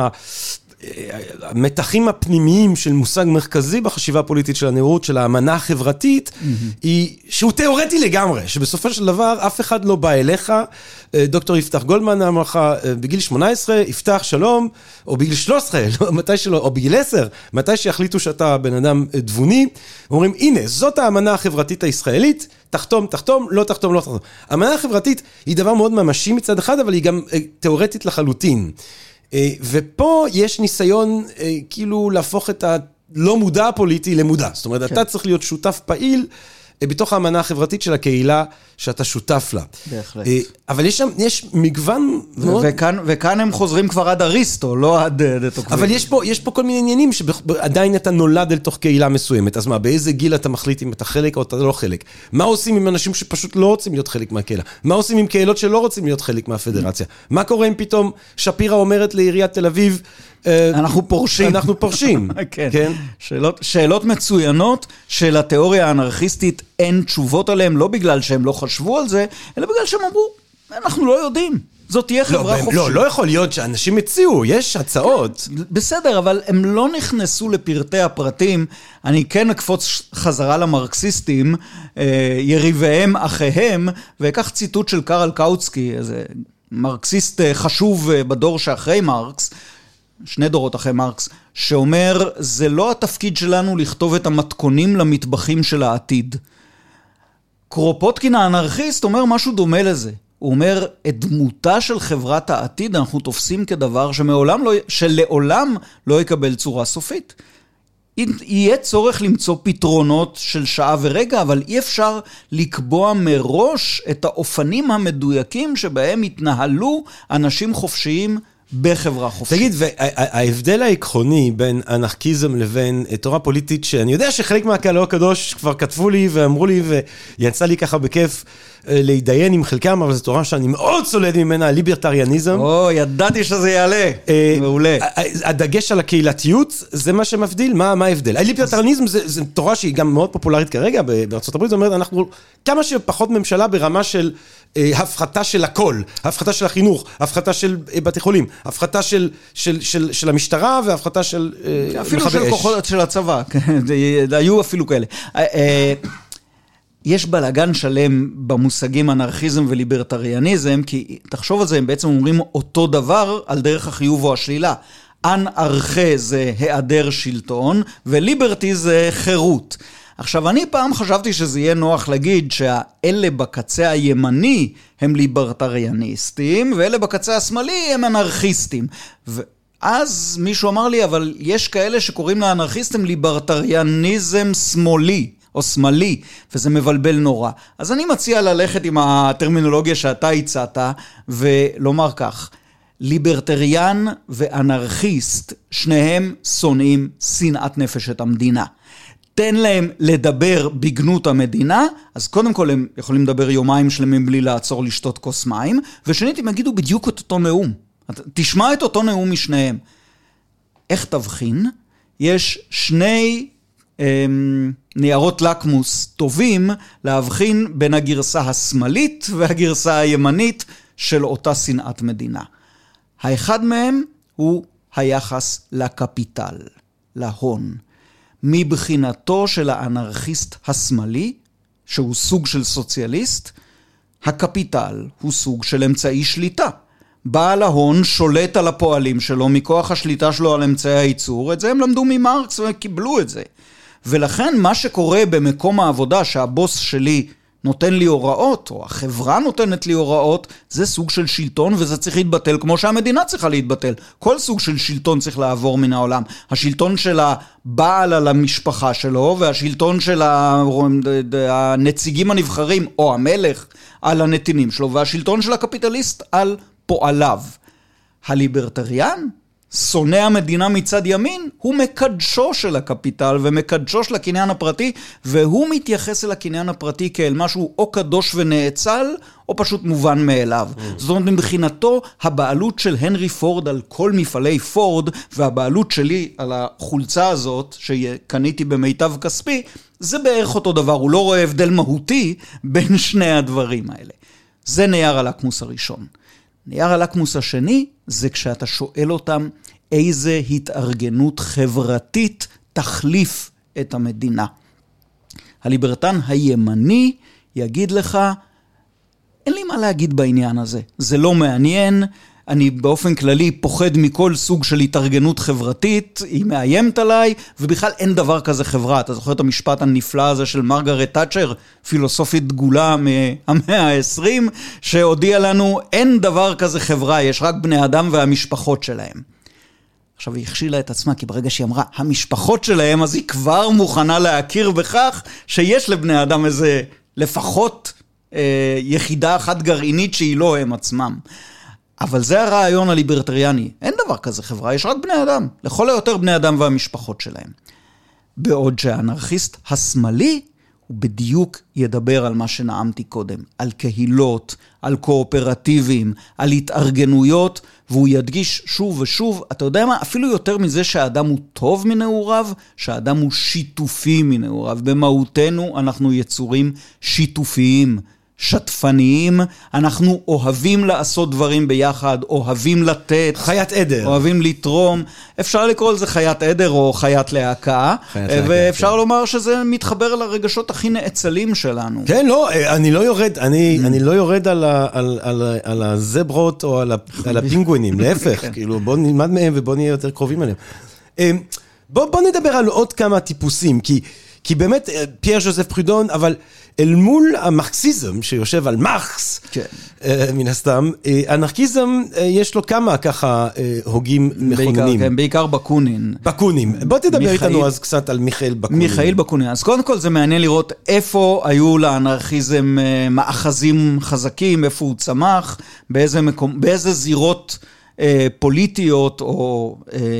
המתחים הפנימיים של מושג מרכזי בחשיבה הפוליטית של הנאורות, של האמנה החברתית, היא שהוא תיאורטי לגמרי, שבסופו של דבר אף אחד לא בא אליך, דוקטור יפתח גולדמן אמר לך, בגיל 18, יפתח שלום, או בגיל 13, מתי שלא, או בגיל 10, מתי שיחליטו שאתה בן אדם דבוני, אומרים, הנה, זאת האמנה החברתית הישראלית, תחתום, לא תחתום. האמנה החברתית היא דבר מאוד ממשי מצד אחד, אבל היא גם תיאורטית לחלוטין. ופה יש ניסיון כאילו להפוך את הלא מודע הפוליטי למודע. זאת אומרת, אתה צריך להיות שותף פעיל בתוך האמנה החברתית של הקהילה שאתה שותף לה. בהחלט. אבל יש מגוון מאוד... וכאן הם חוזרים כבר עד אריסטו, לא עד טוקוויל. אבל יש פה כל מיני עניינים שעדיין אתה נולד אל תוך קהילה מסוימת. אז מה, באיזה גיל אתה מחליט אם אתה חלק או אתה לא חלק? מה עושים עם אנשים שפשוט לא רוצים להיות חלק מהקהילה? מה עושים עם קהילות שלא רוצים להיות חלק מהפדרציה? מה קורה אם פתאום שפירה אומרת לעיריית תל אביב, אנחנו פורשים. כן. שאלות מצוינות של התיאוריה האנרכיסטית, אין תשובות עליהן, לא בגלל שהם לא חשבו על זה, אלא בגלל שהם אמרו, אנחנו לא יודעים. זאת תהיה חברה חופשית. לא יכול להיות שאנשים הציעו, יש הצעות. בסדר, אבל הם לא נכנסו לפרטי הפרטים. אני כן אקפוץ חזרה למרקסיסטים, יריביהם אחיהם, ואקח ציטוט של קרל קאוצקי, איזה מרקסיסט חשוב בדור שאחרי מרקס, 2 דורות אחרי מרקס, שאומר, זה לא התפקיד שלנו לכתוב את המתכונים למטבחים של העתיד. קרופוטקין האנרכיסט אומר משהו דומה לזה. הוא אומר, את דמותה של חברת העתיד אנחנו תופסים כדבר שלעולם לא יקבל צורה סופית. יהיה צורך למצוא פתרונות של שעה ורגע, אבל אי אפשר לקבוע מראש את האופנים המדויקים שבהם יתנהלו אנשים חופשיים בחברה חופשית. תגיד, וההבדל העקרוני בין אנרכיזם לבין תורה פוליטית, שאני יודע שחלק מהקהל הקדוש כבר כתבו לי ואמרו לי, ויצא לי ככה בכיף להידיין עם חלקם, אבל זו תורה שאני מאוד סולד ממנה, ליברטריאניזם. ידעתי שזה יעלה. מעולה. הדגש על הקהילתיות, זה מה שמבדיל, מה ההבדל? הליברטריאניזם זה תורה שהיא גם מאוד פופולרית כרגע בארצות הברית, זאת אומרת, אנחנו כמה שפחות ממשלה ברמה של הפחתה של הכל, הפחתה של החינוך, הפחתה של בתי חולים, הפחתה של המשטרה והפחתה של אפילו של כוחות של הצבא, היו אפילו כאלה. יש בלגן שלם במושגים אנרכיזם וליברטריאניזם, כי תחשוב על זה, הם בעצם אומרים אותו דבר על דרך החיוב או השלילה. אנרכי זה היעדר שלטון, וליברטי זה חירות. עכשיו, אני פעם חשבתי שזה יהיה נוח להגיד שהאלה בקצה הימני הם ליברטריאניסטים, ואלה בקצה השמאלי הם אנרכיסטים. ואז מישהו אמר לי, אבל יש כאלה שקוראים לאנרכיסטים ליברטריאניזם שמאלי, או שמאלי, וזה מבלבל נורא. אז אני מציע ללכת עם הטרמינולוגיה שאתה הצעת, ולומר כך, ליברטריאן ואנרכיסט, שניהם שונאים שנאת נפש את המדינה. תן להם לדבר בגנות המדינה, אז קודם כל הם יכולים לדבר יומיים שלמים בלי לעצור לשתות כוס מים, ושנית הם יגידו בדיוק את אותו נאום. תשמע את אותו נאום משניהם. איך תבחין? יש שני ניירות לקמוס טובים להבחין בין הגרסה השמאלית והגרסה הימנית של אותה שנאת מדינה. האחד מהם הוא היחס לקפיטל, להון. מבחינתו של האנרכיסט השמאלי, שהוא סוג של סוציאליסט, הקפיטל הוא סוג של אמצעי שליטה. בעל ההון שולט על הפועלים שלו מכוח השליטה שלו על אמצעי הייצור, את זה הם למדו ממרקס וקיבלו את זה. ולכן מה שקורה במקום העבודה שהבוס שלי נותן לי הוראות, או החברה נותנת לי הוראות, זה סוג של שלטון וזה צריך להתבטל כמו שהמדינה צריכה להתבטל. כל סוג של שלטון צריך לעבור מן העולם. השלטון של הבעל על המשפחה שלו, והשלטון של הנציגים הנבחרים, או המלך, על הנתינים שלו, והשלטון של הקפיטליסט על פועליו. הליברטריאן, שונא המדינה מצד ימין, הוא מקדשו של הקפיטל ומקדשו של הקניין הפרטי, והוא מתייחס אל הקניין הפרטי כאל משהו או קדוש ונאצל, או פשוט מובן מאליו. זאת אומרת, מבחינתו, הבעלות של הנרי פורד על כל מפעלי פורד, והבעלות שלי על החולצה הזאת, שקניתי במיטב כספי, זה בערך אותו דבר. הוא לא רואה הבדל מהותי בין שני הדברים האלה. זה נייר הלקמוס הראשון. נייר הלקמוס השני זה כשאתה שואל אותם איזה התארגנות חברתית תחליף את המדינה. הליברטן הימני יגיד לך, אין לי מה להגיד בעניין הזה, זה לא מעניין, אני באופן כללי פוחד מכל סוג של התארגנות חברתית, היא מאיימת עליי, ובכלל אין דבר כזה חברה. אתה זוכר את המשפט הנפלא הזה של מרגרט תאצ'ר, פילוסופית דגולה מהמאה ה-20, שהודיע לנו, אין דבר כזה חברה, יש רק בני אדם והמשפחות שלהם. עכשיו היא הכשילה את עצמה, כי ברגע שהיא אמרה, המשפחות שלהם, אז היא כבר מוכנה להכיר בכך, שיש לבני אדם איזה לפחות יחידה אחת גרעינית שהיא לא הם עצמם. אבל זה הרעיון הליברטריאני. אין דבר כזה חברה, יש רק בני אדם. לכל היותר בני אדם והמשפחות שלהם. בעוד שהאנרכיסט השמאלי, הוא בדיוק ידבר על מה שנעמתי קודם. על קהילות, על קואופרטיבים, על התארגנויות, והוא ידגיש שוב ושוב, אתה יודע מה? אפילו יותר מזה שהאדם הוא טוב מנעוריו, שהאדם הוא שיתופי מנעוריו. במהותנו אנחנו יצורים שיתופיים, שטפניים, אנחנו אוהבים לעשות דברים ביחד, אוהבים לתת, חיית עדר. אוהבים לתרום, אפשר לקרוא לזה חיית עדר או חיית להקה, ואפשר לומר שזה מתחבר לרגשות הכי נאצלים שלנו. כן, לא, אני לא יורד על הזברות או על הפינגווינים, להפך, כאילו בוא נלמד מהם ובוא נהיה יותר קרובים עליהם. בוא נדבר על עוד כמה טיפוסים, כי באמת פייר ז'וזף פרודון, אבל אל מול המרקסיזם שיושב על מרקס, מן הסתם, אנרכיזם יש לו כמה ככה הוגים מכוננים. בעיקר בקונין. בקונים. בוא תדבר איתנו אז קצת על מיכאל בקונין. מיכאל בקונין. אז קודם כל זה מעניין לראות איפה היו לאנרכיזם מאחזים חזקים, איפה הוא צמח, באיזה זירות פוליטיות או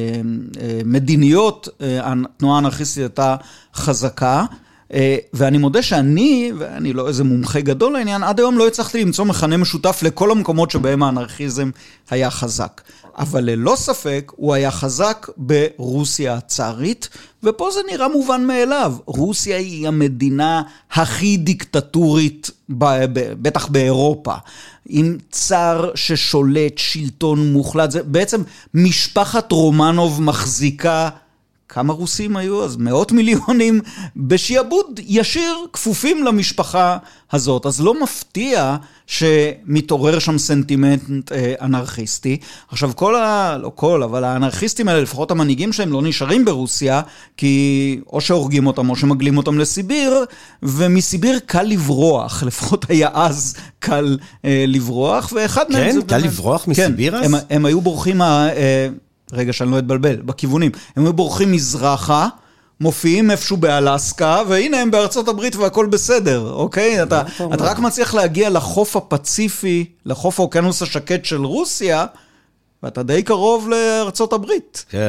מדיניות התנועה האנרכיסטית הייתה חזקה, ואני מודה ואני לא איזה מומחה גדול לעניין, עד היום לא הצלחתי למצוא מכנה משותף לכל המקומות שבהם האנרכיזם היה חזק. אבל ללא ספק הוא היה חזק ברוסיה הצארית, ופה זה נראה מובן מאליו. רוסיה היא המדינה הכי דיקטטורית, בטח באירופה. עם צאר ששולט, שלטון מוחלט. זה בעצם משפחת רומנוב מחזיקה, כמה רוסים היו אז? 100 מיליונים בשיעבוד ישיר כפופים למשפחה הזאת. אז לא מפתיע שמתעורר שם סנטימנט אנרכיסטי. עכשיו אבל האנרכיסטים האלה, לפחות המנהיגים שהם לא נשארים ברוסיה, כי או שהורגים אותם או שמגלים אותם לסיביר, ומסיביר קל לברוח, לפחות היה אז קל לברוח, ואחד מהם... כן, קל לברוח מסיביר אז? הם היו בורחים רגע שאני לא אתבלבל, בכיוונים. הם היו בורחים מזרחה, מופיעים איפשהו באלסקה, והנה הם בארצות הברית והכל בסדר, אוקיי? אתה רק מצליח להגיע לחוף הפציפי, לחוף האוקיינוס השקט של רוסיה, ואתה די קרוב לארצות הברית. כן.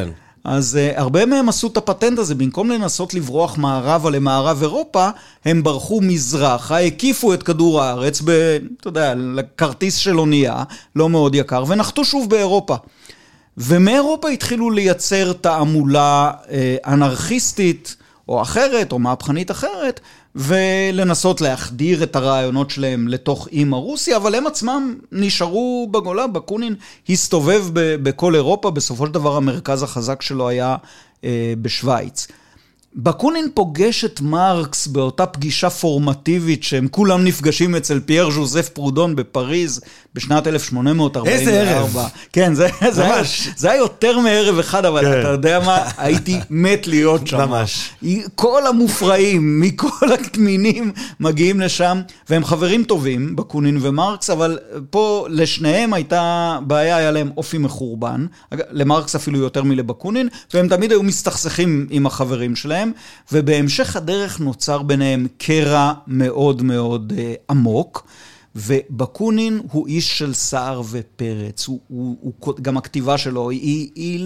אז הרבה מהם עשו את הפטנט הזה, במקום לנסות לברוח מערבה למערב אירופה, הם ברחו מזרחה, הקיפו את כדור הארץ אתה יודע, לכרטיס של אונייה, לא מאוד יקר, ונחתו שוב באירופה. ומאירופה התחילו לייצר תעמולה אנרכיסטית, או אחרת, או מהפכנית אחרת, ולנסות להחדיר את הרעיונות שלהם לתוך אימא רוסיה, אבל הם עצמם נשארו בגולה. בקונין הסתובב בכל אירופה, בסופו של דבר המרכז החזק שלו היה בשוויץ. בקונין פוגש את מרקס באותה פגישה פורמטיבית שהם כולם נפגשים אצל פייר ז'וזף פרודון בפריז בשנת 1844. איזה ערב. כן, זה היה יותר מערב אחד, אבל כן. אתה יודע מה? הייתי מת להיות שם. ממש. כל המופרעים, מכל הקמינים מגיעים לשם, והם חברים טובים, בקונין ומרקס, אבל פה לשניהם הייתה בעיה, היה להם אופי מחורבן, למרקס אפילו יותר מלבקונין, והם תמיד היו מסתכסכים עם החברים שלהם, ובהמשך הדרך נוצר ביניהם קרע מאוד מאוד עמוק, ובקונין הוא איש של סער ופרץ, גם הכתיבה שלו היא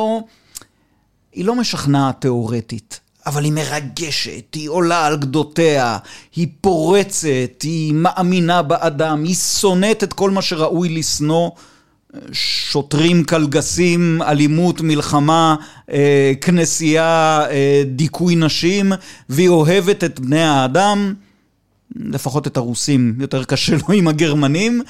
לא משכנעת תיאורטית, אבל היא מרגשת, היא עולה על גדותיה, היא פורצת, היא מאמינה באדם, היא שונאת את כל מה שראוי לשנוא, שוטרים, קלגסים, אלימות, מלחמה, כנסייה, דיכוי נשים, והיא אוהבת את בני האדם, לפחות את הרוסים, יותר קשה לו עם הגרמנים,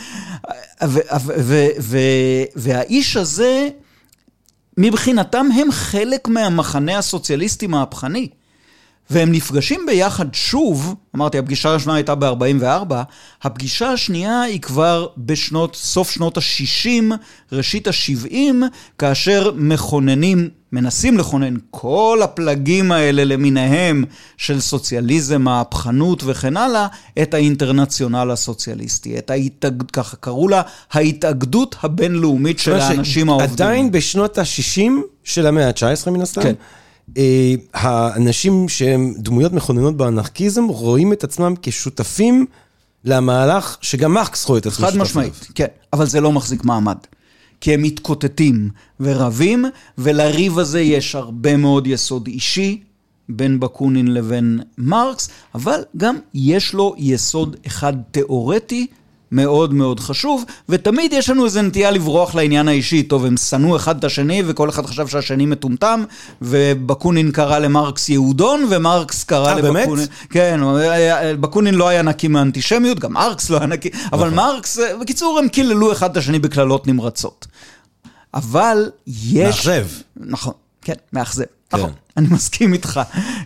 והאיש הזה, מבחינתם הם חלק מהמחנה הסוציאליסטי מהפכני, והם נפגשים ביחד שוב, אמרתי, הפגישה הראשונה הייתה ב-44, הפגישה השנייה היא כבר סוף שנות ה-60, ראשית ה-70, כאשר מנסים לכונן כל הפלגים האלה למיניהם של סוציאליזם, מהפכנות וכן הלאה, את האינטרנציונל הסוציאליסטי, ככה קראו לה, ההתאגדות הבינלאומית של האנשים העובדים. עדיין בשנות ה-60 של המאה ה-19 מן הסתם, כן. האנשים שהם דמויות מכוננות באנרכיזם רואים את עצמם כשותפים למהלך שגם מרקס רואה את עצמו חד משמעית, כן, אבל זה לא מחזיק מעמד, כי הם מתקוטטים ורבים, ולריב הזה יש הרבה מאוד יסוד אישי בין בקונין לבין מרקס, אבל גם יש לו יסוד אחד תיאורטי מאוד מאוד חשוב, ותמיד יש לנו איזו נטייה לברוח לעניין האישי. טוב, הם שנאו אחד את השני, וכל אחד חשב שהשני מטומטם, ובקונין קרא למרקס יהודון, ומרקס קרא לבקונין... כן, בקונין לא היה נקי מאנטישמיות, גם מרקס לא היה נקי, אבל מרקס, בקיצור, הם קיללו אחד את השני בכללות נמרצות. אבל יש... מאכזב. נכון, כן, מאכזב. נכון, אני מסכים איתך.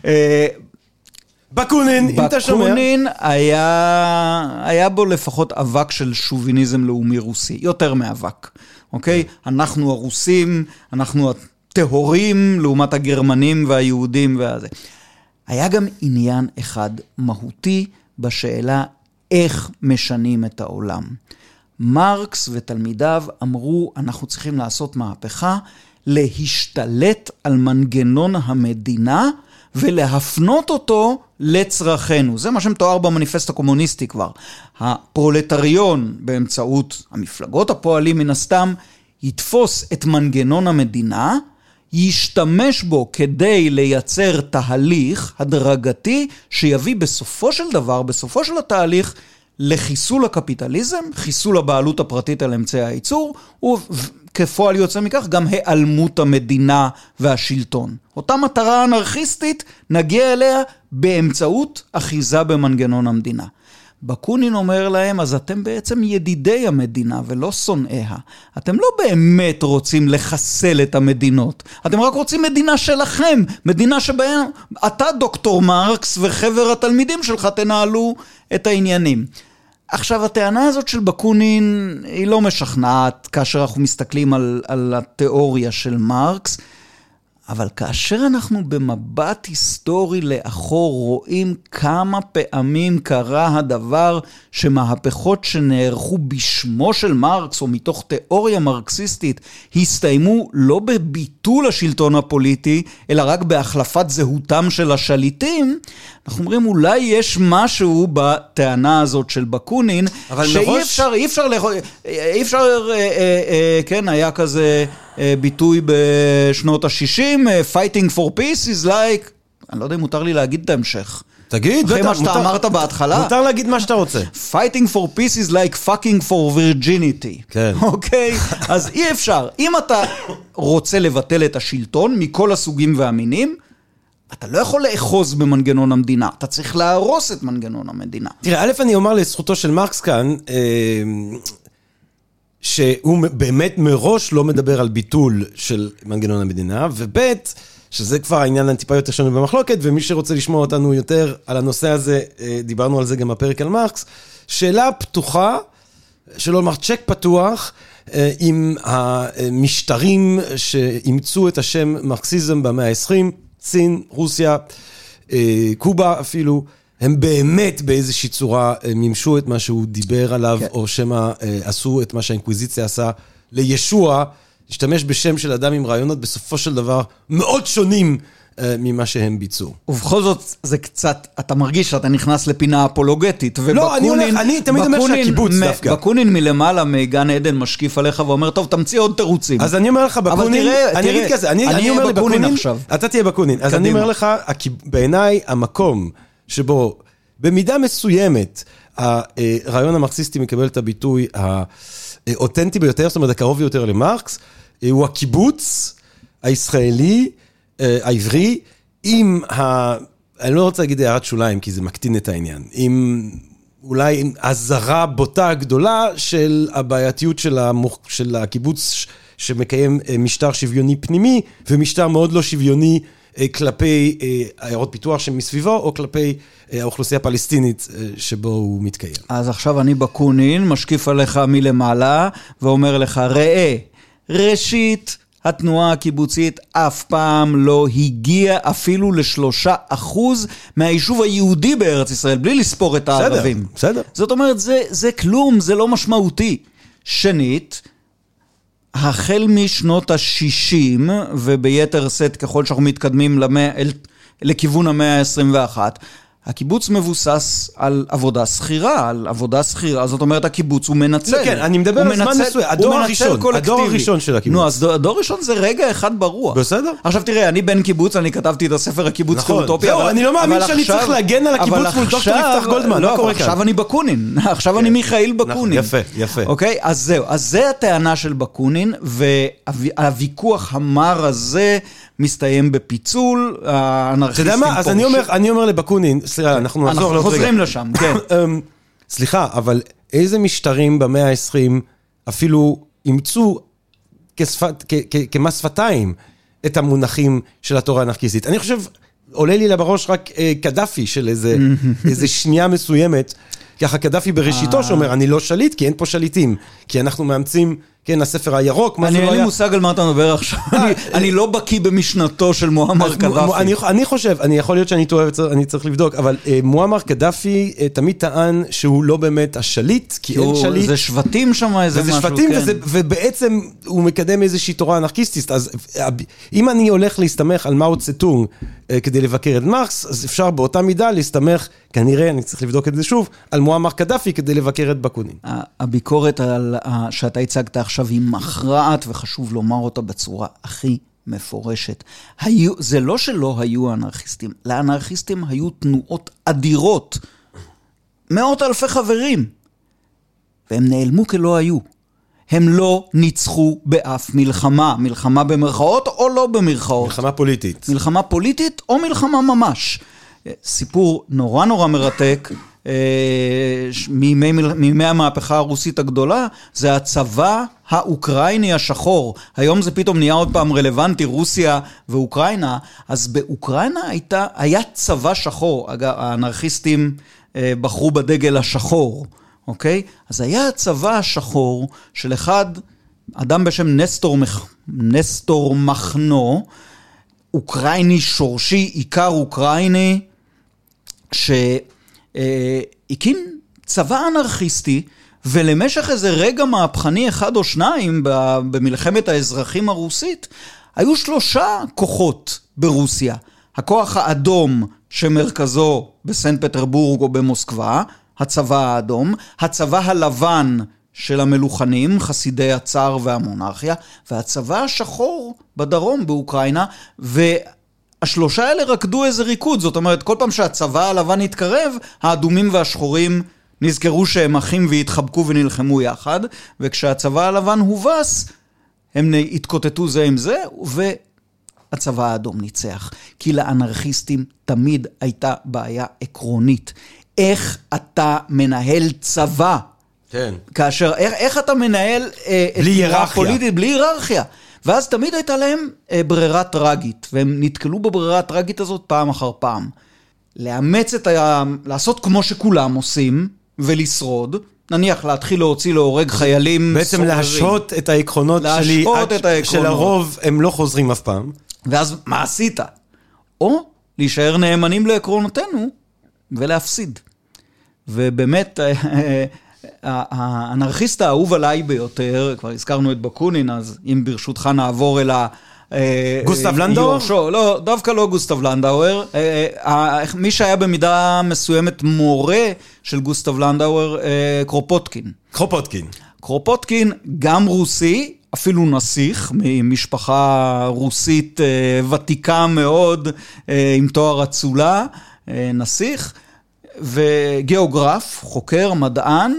בקונין, אם אתה שומע. בקונין היה בו לפחות אבק של שוביניזם לאומי רוסי, יותר מאבק, אוקיי? אנחנו הרוסים, אנחנו הטהורים, לעומת הגרמנים והיהודים והזה. היה גם עניין אחד מהותי בשאלה איך משנים את העולם. מרקס ותלמידיו אמרו, אנחנו צריכים לעשות מהפכה, להשתלט על מנגנון המדינה, ולהפנות אותו לצרכנו. זה מה שמתואר במניפסט הקומוניסטי כבר. הפרולטריון באמצעות המפלגות הפועלים מן הסתם, יתפוס את מנגנון המדינה, ישתמש בו כדי לייצר תהליך הדרגתי, שיביא בסופו של דבר, בסופו של התהליך, לחיסול הקפיטליזם, חיסול הבעלות הפרטית על אמצעי הייצור, וכפועל יוצא מכך גם העלמות המדינה והשלטון. אותה מטרה אנרכיסטית נגיע אליה באמצעות אחיזה במנגנון המדינה. בקונין אומר להם, אז אתם בעצם ידידי המדינה ולא שונאיה. אתם לא באמת רוצים לחסל את המדינות. אתם רק רוצים מדינה שלכם, מדינה שבה אתה דוקטור מרקס וחבר התלמידים שלך תנהלו את העניינים. עכשיו, הטענה הזאת של בקונין היא לא משכנעת כאשר אנחנו מסתכלים על התיאוריה של מרקס, אבל כאשר אנחנו במבט היסטורי לאחור רואים כמה פעמים קרה הדבר שמהפכות שנערכו בשמו של מרקס או מתוך תיאוריה מרקסיסטית הסתיימו לא בביטול השלטון הפוליטי אלא רק בהחלפת זהותם של השליטים, אנחנו אומרים אולי יש משהו בטענה הזאת של בקונין שאי אפשר, כן, היה כזה ביטוי בשנות ה-60, Fighting for peace is like, אני לא יודע אם מותר לי להגיד את ההמשך. תגיד, אחרי מה שאתה אמרת בהתחלה. מותר להגיד מה שאתה רוצה. Fighting for peace is like fucking for virginity. כן. אוקיי? אז אי אפשר. אם אתה רוצה לבטל את השלטון מכל הסוגים והמינים, אתה לא יכול לאחוז במנגנון המדינה. אתה צריך להרוס את מנגנון המדינה. תראה, א', אני אומר לזכותו של מרקס כאן, שהוא באמת מראש לא מדבר על ביטול של מנגנון המדינה, וב' שזה כבר העניין הטיפה יותר שונה במחלוקת, ומי שרוצה לשמוע אותנו יותר על הנושא הזה, דיברנו על זה גם בפרק על מרקס, שאלה פתוחה, שלא לומר צ'ק פתוח, עם המשטרים שאימצו את השם מרקסיזם במאה ה-20, סין, רוסיה, קובה אפילו, הם באמת באיזושהי צורה מימשו את מה שהוא דיבר עליו, כן. או שמה עשו את מה שהאינקוויזיציה עשה לישוע, להשתמש בשם של אדם עם רעיונות בסופו של דבר מאוד שונים ממה שהם ביצעו. ובכל זאת זה קצת, אתה מרגיש שאתה נכנס לפינה אפולוגטית, לא, אני תמיד אומר שהקיבוץ דווקא. בקונין מלמעלה מגן עדן משקיף עליך ואומר, טוב, תמציא עוד תירוצים. אז אני אומר לך בקונין, אני אגיד כזה, אני אומר לבקונין עכשיו. אתה תהיה בקונין, אז אני אומר לך, בעיניי המקום שבו במידה מסוימת הרעיון המרקסיסטי מקבל את הביטוי האותנטי ביותר, זאת אומרת הקרוב ביותר למרקס, הוא הקיבוץ הישראלי, העברי, עם אני לא רוצה להגיד הערת שוליים, כי זה מקטין את העניין, עם אולי הזרה בוטה גדולה של הבעייתיות של הקיבוץ שמקיים משטר שוויוני פנימי, ומשטר מאוד לא שוויוני כלפי עיירות פיתוח שמסביבו, או כלפי האוכלוסייה הפלסטינית שבו הוא מתקיים. אז עכשיו אני בקונין, משקיף עליך מלמעלה, ואומר לך, ראה, ראשית, התנועה הקיבוצית אף פעם לא הגיעה אפילו ל3% מהיישוב היהודי בארץ ישראל, בלי לספור את הערבים. בסדר. זאת אומרת, זה כלום, זה לא משמעותי. שנית, החל משנות ה-60, וביתר סט ככל שאנחנו מתקדמים לכיוון המאה ה-21, הקיבוץ מבוסס על עבודה שכירה, זאת אומרת הקיבוץ הוא מנצל. כן, אני מדבר על זמן מסוים, הדור הראשון של הקיבוץ. נו, אז הדור הראשון זה רגע אחד ברוח. בסדר. עכשיו תראה, אני בן קיבוץ, אני כתבתי את הספר הקיבוץ כאוטופיה. זהו, אני לא מאמין שאני צריך להגן על הקיבוץ מול דוקטור יפתח גולדמן, מה קורה כאן? עכשיו אני בקונין, עכשיו אני מיכאל בקונין. יפה. אוקיי, אז זהו, אז זה הטענה של בקונין, והוויכוח המר הזה מסתיים בפיצול, האנרכיסטים אתה יודע מה? אז אני אומר לבקונין, סליחה, אנחנו חוזרים לשם, כן. סליחה, אבל איזה משטרים במאה ה-20 אפילו אימצו כמס שפתיים את המונחים של התורה האנרכיסטית? אני חושב, עולה לי לבראש רק קדאפי של איזה שנייה מסוימת, ככה קדאפי בראשיתו שאומר, אני לא שליט כי אין פה שליטים, כי אנחנו מאמצים, כן, הספר הירוק, מה זה לא היה... אין לי מושג על מה אתה מדבר עכשיו, אני לא בקיא במשנתו של מועמר קדאפי. אני חושב, אני יכול להיות שאני טועה, אני צריך לבדוק, אבל מועמר קדאפי תמיד טען שהוא לא באמת השליט, כי אין שליט. זה שבטים שם איזה משהו, שבטים, ובעצם הוא מקדם איזושהי תורה אנרכיסטית, אז אם אני הולך להסתמך על מאו צטונג כדי לבקר את מרקס, אז אפשר באותה מידה להסתמך, כנראה, אני צריך לבדוק את זה שוב, על מועמר קדאפי כדי לבקר את בקונין. הביקורת שאתה הצגת עכשיו היא מכרעת, וחשוב לומר אותה בצורה הכי מפורשת. זה לא שלא היו אנרכיסטים, לאנרכיסטים היו תנועות אדירות, מאות אלפי חברים, והם נעלמו כלא היו. הם לא ניצחו באף מלחמה במרכאות או לא במרכאות. מלחמה פוליטית. מלחמה פוליטית או מלחמה ממש. סיפור נורא מרתק, מימי המהפכה הרוסית הגדולה, זה הצבא האוקראיני השחור. היום זה פתאום נהיה עוד פעם רלוונטי, רוסיה ואוקראינה. אז באוקראינה היה צבא שחור, האנרכיסטים בחרו בדגל השחור, אוקיי? אז היה הצבא השחור של אדם בשם נסטור מחנו, אוקראיני שורשי, עיקר אוקראיני, שהקים צבא אנרכיסטי, ולמשך איזה רגע מהפכני אחד או שניים במלחמת האזרחים הרוסית, היו 3 כוחות ברוסיה. הכוח האדום שמרכזו בסנט פטרבורג או במוסקבה, הצבא האדום, הצבא הלבן של המלוכנים, חסידי הצאר והמונרכיה, והצבא השחור בדרום באוקראינה, והשלושה האלה רקדו איזה ריקוד, זאת אומרת, כל פעם שהצבא הלבן התקרב, האדומים והשחורים נזכרו שהם אחים והתחבקו ונלחמו יחד, וכשהצבא הלבן הובס, הם התקוטטו זה עם זה, והצבא האדום ניצח. כי לאנרכיסטים תמיד הייתה בעיה עקרונית. איך אתה מנהל צבא? כן. כאשר, איך אתה מנהל בלי היררכיה. פוליטית, בלי היררכיה. ואז תמיד הייתה להם ברירה טרגית, והם נתקלו בברירה הטרגית הזאת פעם אחר פעם. לאמץ לעשות כמו שכולם עושים, ולשרוד, נניח להתחיל להוציא להורג חיילים בעצם סוררים. להשהות את העקרונות שלי, שלרוב הם לא חוזרים אף פעם. ואז מה עשית? או להישאר נאמנים לעקרונותינו ולהפסיד. ובאמת, האנרכיסט האהוב עליי ביותר, כבר הזכרנו את בקונין, אז אם ברשותך נעבור אל גוסטב לנדאואר? לא, דווקא לא גוסטב לנדאואר. מי שהיה במידה מסוימת מורה של גוסטב לנדאואר, קרופוטקין. קרופוטקין גם רוסי, אפילו נסיך, ממשפחה רוסית ותיקה מאוד, עם תואר אצולה, נסיך, וגיאוגרף, חוקר, מדען,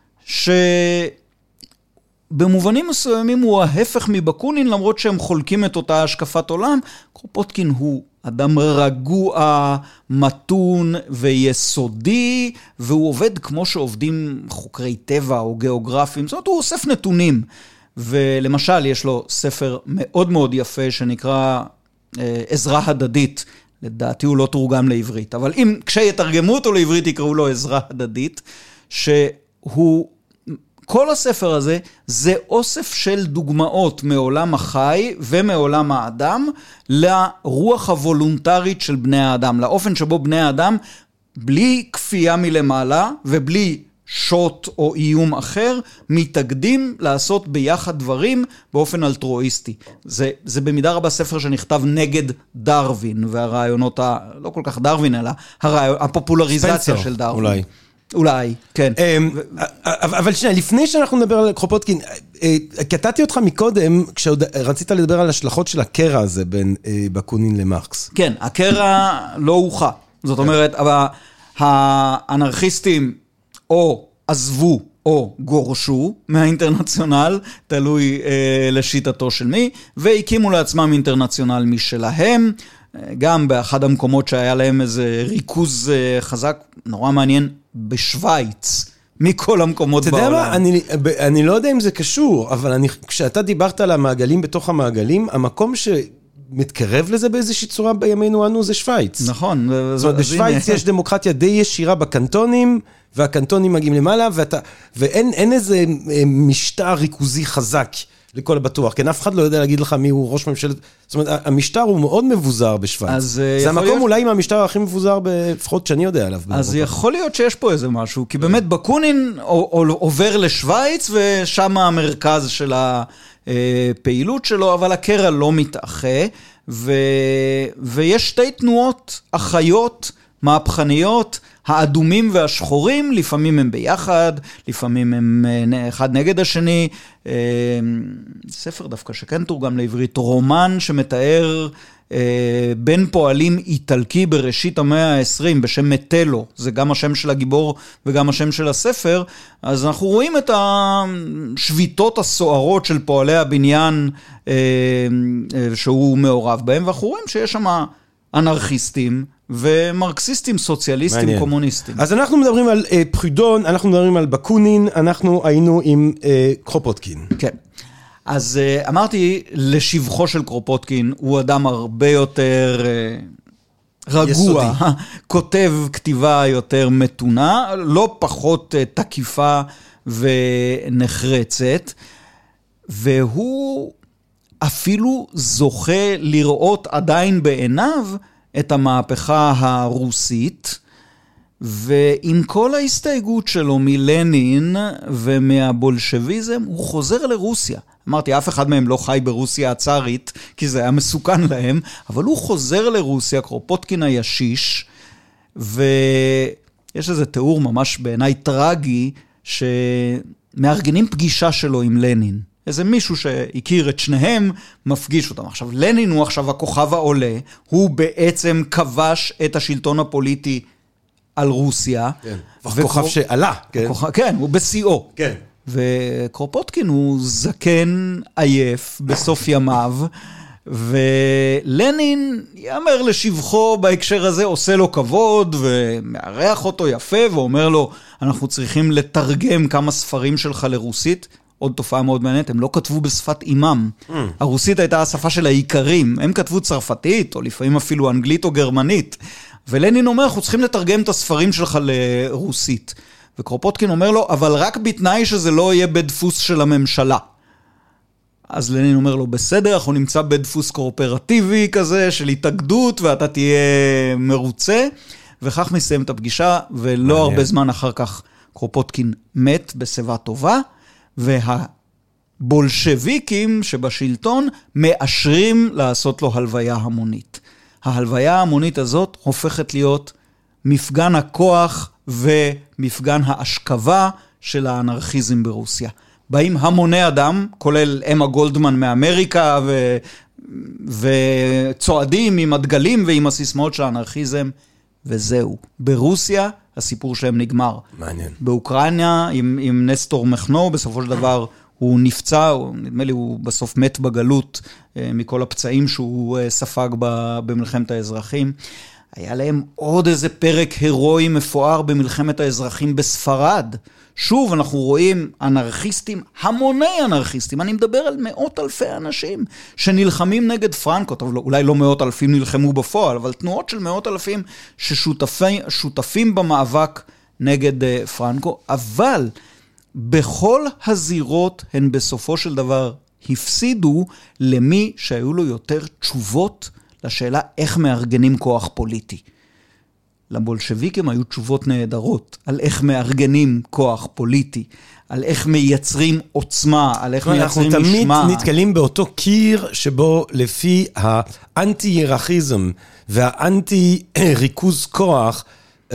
במובנים מסוימים הוא ההפך מבקונין, למרות שהם חולקים את אותה השקפת עולם. קרופוטקין הוא אדם רגוע, מתון ויסודי, והוא עובד כמו שעובדים חוקרי טבע או גיאוגרפים, זאת אומרת, הוא אוסף נתונים. ולמשל, יש לו ספר מאוד מאוד יפה שנקרא עזרה הדדית, לדעתי הוא לא תורגם לעברית, אבל אם כשיתרגמו אותו לעברית יקראו לו עזרה הדדית, שהוא כל הספר הזה זה אוסף של דוגמאות מעולם החי ומעולם האדם לרוח הוולונטרית של בני האדם, לאופן שבו בני האדם בלי כפייה מלמעלה ובלי שוט או איום אחר, מתאגדים לעשות ביחד דברים באופן אלטרואיסטי. זה במידה רבה ספר שנכתב נגד דרווין, והרעיונות, לא כל כך דרווין, אלא הפופולריזציה של דרווין. אולי, כן. אבל שנייה, לפני שאנחנו נדבר על קרופוטקין, קטעתי אותך מקודם, כשעוד רצית לדבר על השלכות של הקרע הזה בין בקונין למרקס. כן, הקרע לא הוכה. זאת אומרת, אבל האנרכיסטים או עזבו או גורשו מהאינטרנציונל, תלוי לשיטתו של מי, והקימו לעצמם אינטרנציונל משלהם, גם באחד המקומות שהיה להם איזה ריכוז חזק, נורא מעניין, בשוויץ, מכל המקומות בעולם. אתה יודע מה, אני לא יודע אם זה קשור, אבל כשאתה דיברת על המעגלים בתוך המעגלים, המקום מתקרב לזה באיזושהי צורה בימינו אנו זה שוויץ. נכון. זאת אומרת, בשוויץ יש דמוקרטיה די ישירה בקנטונים, והקנטונים מגיעים למעלה, ואין איזה משטר ריכוזי חזק לכל הבטוח, כן, אף אחד לא יודע להגיד לך מי הוא ראש ממשלת, זאת אומרת, המשטר הוא מאוד מבוזר בשוויץ. זה המקום אולי עם המשטר הכי מבוזר, לפחות שאני יודע עליו. אז יכול להיות שיש פה איזה משהו, כי באמת בקונין עובר לשוויץ, ושם המרכז של הפעילות שלו, אבל הקרע לא מתאחה, ויש שתי תנועות אחיות, מהפכניות, האדומים והשחורים, לפעמים הם ביחד, לפעמים הם אחד נגד השני. ספר דווקא שכן תורגם לעברית, רומן שמתאר בן פועלים איטלקי בראשית המאה ה-20, בשם מטלו, זה גם השם של הגיבור וגם השם של הספר, אז אנחנו רואים את השביתות הסוערות של פועלי הבניין שהוא מעורב בהם, ואנחנו רואים שיש שם אנרכיסטים, ומרקסיסטים, סוציאליסטים, מעניין. קומוניסטים. אז אנחנו מדברים על פרידון, אנחנו מדברים על בקונין, אנחנו היינו עם קרופוטקין. כן. אז אמרתי, לשבחו של קרופוטקין, הוא אדם הרבה יותר רגוע, כותב כתיבה יותר מתונה, לא פחות תקיפה ונחרצת, והוא אפילו זוכה לראות עדיין בעיניו את המהפכה הרוסית, ועם כל ההסתייגות שלו מלנין ומהבולשביזם, הוא חוזר לרוסיה. אמרתי, אף אחד מהם לא חי ברוסיה הצארית, כי זה היה מסוכן להם, אבל הוא חוזר לרוסיה, קרופוטקין הישיש, ויש איזה תיאור ממש בעיניי טרגי, מארגנים פגישה שלו עם לנין. איזה מישהו שהכיר את שניהם, מפגיש אותם. עכשיו, לנין הוא עכשיו הכוכב העולה, הוא בעצם כבש את השלטון הפוליטי על רוסיה. כן, כוכב שעלה. כן, הוא בשיאו. כן. וקרופוטקין הוא זקן עייף בסוף ימיו, ולנין יאמר לשבחו בהקשר הזה, עושה לו כבוד ומארח אותו יפה ואומר לו, אנחנו צריכים לתרגם כמה ספרים שלך לרוסית. עוד תופעה מאוד מעניינת, הם לא כתבו בשפת אימם. הרוסית הייתה השפה של העיקרים, הם כתבו צרפתית, או לפעמים אפילו אנגלית או גרמנית. ולנין אומר, אנחנו צריכים לתרגם את הספרים שלך לרוסית. וקרופוטקין אומר לו, אבל רק בתנאי שזה לא יהיה בדפוס של הממשלה. אז לנין אומר לו, בסדר, אנחנו נמצא בדפוס קואופרטיבי כזה, של התאגדות, ואתה תהיה מרוצה. וכך מסיים את הפגישה, ולא הרבה זמן אחר כך קרופוטקין מת בשיבה טובה, והבולשביקים שבשלטון מאשרים לעשות לו הלוויה המונית. ההלוויה המונית הזאת הופכת להיות מפגן הכוח ומפגן ההשכבה של האנרכיזם ברוסיה. באים המוני אדם, כולל אמה גולדמן מאמריקה, וצועדים עם הדגלים ועם הסיסמאות של האנרכיזם, וזהו. ברוסיה הסיפור שלהם נגמר. מעניין. באוקראינה עם נסטור מחנו, בסופו של דבר הוא נפצע, נדמה לי הוא בסוף מת בגלות מכל הפצעים שהוא ספג במלחמת האזרחים. היה להם עוד איזה פרק הירואי מפואר במלחמת האזרחים בספרד. שוב, אנחנו רואים אנרכיסטים, המוני אנרכיסטים, אני מדבר על מאות אלפי אנשים שנלחמים נגד פרנקו, טוב, אולי לא מאות אלפים נלחמו בפועל, אבל תנועות של מאות אלפים ששותפים במאבק נגד פרנקו, אבל בכל הזירות הן בסופו של דבר הפסידו למי שהיו לו יותר תשובות לשאלה איך מארגנים כוח פוליטי. לבולשביקים היו תשובות נהדרות על איך מארגנים כוח פוליטי, על איך מייצרים עוצמה, על איך מייצרים משמע. אנחנו תמיד נתקלים באותו קיר שבו לפי האנטי-היררכיזם והאנטי-ריכוז כוח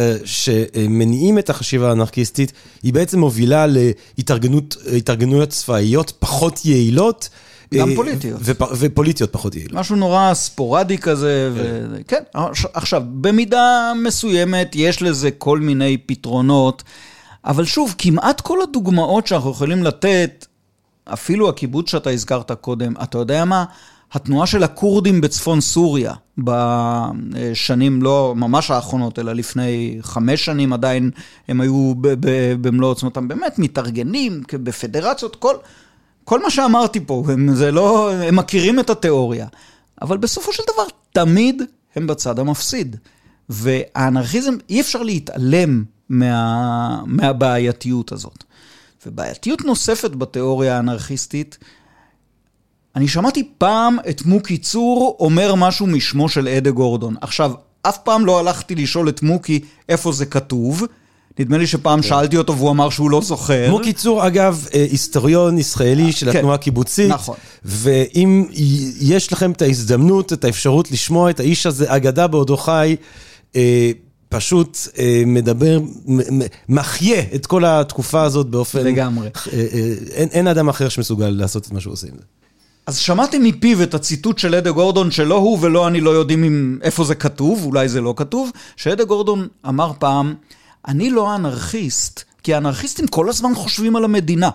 שמניעים את החשיבה האנרכיסטית, היא בעצם מובילה להתארגנויות צבאיות פחות יעילות, גם פוליטיות. ופוליטיות פחות יעילות. משהו נורא ספורדי כזה, כן. עכשיו, במידה מסוימת יש לזה כל מיני פתרונות, אבל שוב, כמעט כל הדוגמאות שאנחנו יכולים לתת, אפילו הקיבוץ שאתה הזכרת קודם, אתה יודע מה? התנועה של הקורדים בצפון סוריה, בשנים לא ממש האחרונות, אלא לפני 5 שנים עדיין הם היו במלוא עוצמתם, באמת מתארגנים בפדרציות, כל מה שאמרתי פה, הם מכירים את התיאוריה, אבל בסופו של דבר תמיד הם בצד המפסיד. והאנרכיזם, אי אפשר להתעלם מהבעייתיות הזאת. ובעייתיות נוספת בתיאוריה האנרכיסטית, אני שמעתי פעם את מוקי צור אומר משהו משמו של אדה גורדון. עכשיו, אף פעם לא הלכתי לשאול את מוקי איפה זה כתוב, נדמה לי שפעם שאלתי אותו והוא אמר שהוא לא זוכר. מוקי צור, אגב, היסטוריון ישראלי של התנועה הקיבוצית. נכון. ואם יש לכם את ההזדמנות, את האפשרות לשמוע את האיש הזה, אגדה בעודו חי, פשוט מדבר, מחיה את כל התקופה הזאת באופן... לגמרי. אין אדם אחר שמסוגל לעשות את מה שהוא עושה עם זה. אז שמעתי מפיו את הציטוט של אדה גורדון, שלא הוא ולא אני לא יודעים איפה זה כתוב, אולי זה לא כתוב, שאדה גורדון אמר פעם, אני לא אנרכיסט, כי האנרכיסטים כל הזמן חושבים על המדינה.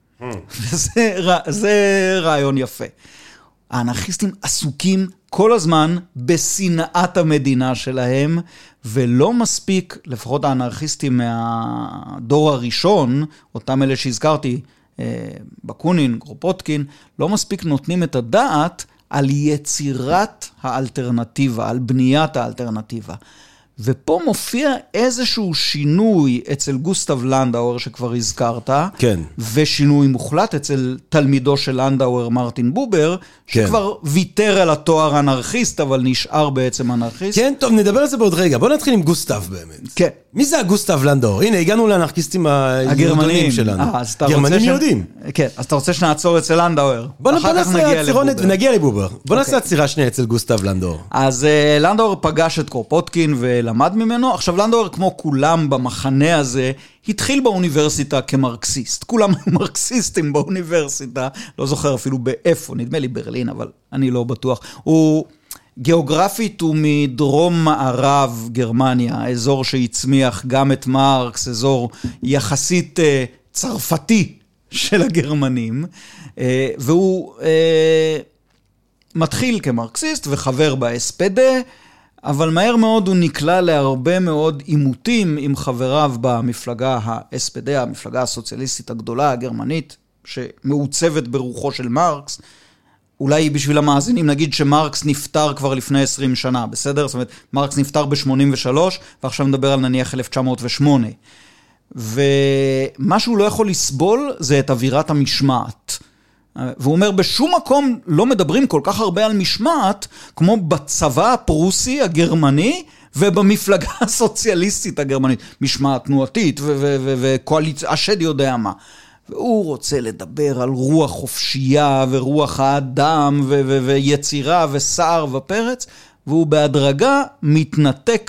וזה רעיון יפה. האנרכיסטים עסוקים כל הזמן בשנאת המדינה שלהם, ולא מספיק, לפחות האנרכיסטים מהדור הראשון, אותם אלה שהזכרתי, בקונין, קרופוטקין, לא מספיק נותנים את הדעת על יצירת האלטרנטיבה, על בניית האלטרנטיבה. ופה מופיע איזשהו שינוי אצל גוסטב לנדאואר שכבר הזכרת, כן. ושינוי מוחלט אצל תלמידו של לנדאואר מרטין בובר, שכבר ויתר על התואר אנרכיסט, אבל נשאר בעצם אנרכיסט. כן, טוב, נדבר על זה בעוד רגע. בוא נתחיל עם גוסטב באמת. כן, מי זה גוסטב לנדאור? הנה, הגענו לאנרכיסטים הגרמנים שלנו. גרמנים יהודים. כן, אז אתה רוצה שנעצור אצל לנדאור. בוא נעשה הצירונת ונגיע לבובר. בוא נעשה הצירה שנייה אצל גוסטב לנדאור. אז לנדאור פגש את קורפוטקין ולמד ממנו. עכשיו לנדאור, כמו כולם במחנה הזה, התחיל באוניברסיטה כמרקסיסט. כולם מרקסיסטים באוניברסיטה. לא זוכר אפילו באיפה, נדמה לי ברלין, אבל אני לא בטוח. הוא... גיאוגרפית הוא מדרום מערב גרמניה, האזור שהצמיח גם את מרקס, אזור יחסית צרפתי של הגרמנים, והוא מתחיל כמרקסיסט וחבר ב-SPD, אבל מהר מאוד הוא נקלע להרבה מאוד עימותים עם חבריו במפלגה ה-SPD, המפלגה הסוציאליסטית הגדולה הגרמנית, שמעוצבת ברוחו של מרקס. אולי בשביל המאזינים נגיד שמרקס נפטר כבר לפני 20 שנה, בסדר? זאת אומרת, מרקס נפטר ב-83, ועכשיו נדבר על נניח 1908. ומה שהוא לא יכול לסבול זה את אווירת המשמעת. והוא אומר, בשום מקום לא מדברים כל כך הרבה על משמעת, כמו בצבא הפרוסי הגרמני, ובמפלגה הסוציאליסטית הגרמנית. משמעת תנועתית וקואליציה, השד יודע מה. והוא רוצה לדבר על רוח חופשייה ורוח האדם ויצירה וסער ופרץ, והוא בהדרגה מתנתק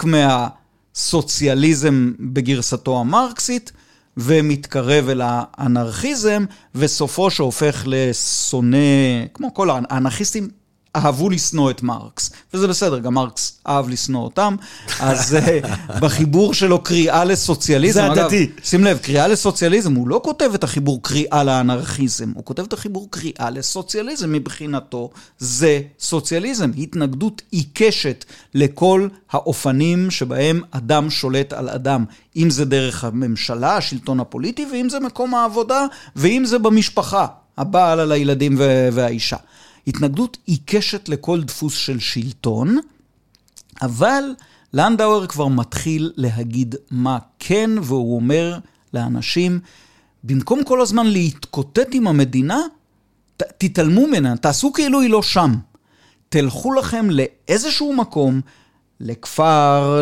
מהסוציאליזם בגרסתו המרקסית, ומתקרב אל האנרכיזם, וסופו שהופך לשונא, כמו כל האנרכיסטים, אהבו לשנוא את מרקס, וזה בסדר, גם מרקס אהב לשנוא אותם, אז בחיבור שלו קריאה לסוציאליזם, זה הדתי. אגב, שים לב, קריאה לסוציאליזם, הוא לא כותב את החיבור קריאה לאנרכיזם, הוא כותב את החיבור קריאה לסוציאליזם, מבחינתו זה סוציאליזם, התנגדות עיקשת לכל האופנים שבהם אדם שולט על אדם, אם זה דרך הממשלה, השלטון הפוליטי, ואם זה מקום העבודה, ואם זה במשפחה, הבעל על הילדים והאישה. התנגדות עיקשת לכל דפוס של שלטון, אבל לנדאור כבר מתחיל להגיד מה כן, והוא אומר לאנשים, במקום כל הזמן להתקוטט עם המדינה, תתעלמו ממנה, תעשו כאילו היא לא שם. תלכו לכם לאיזשהו מקום, לכפר,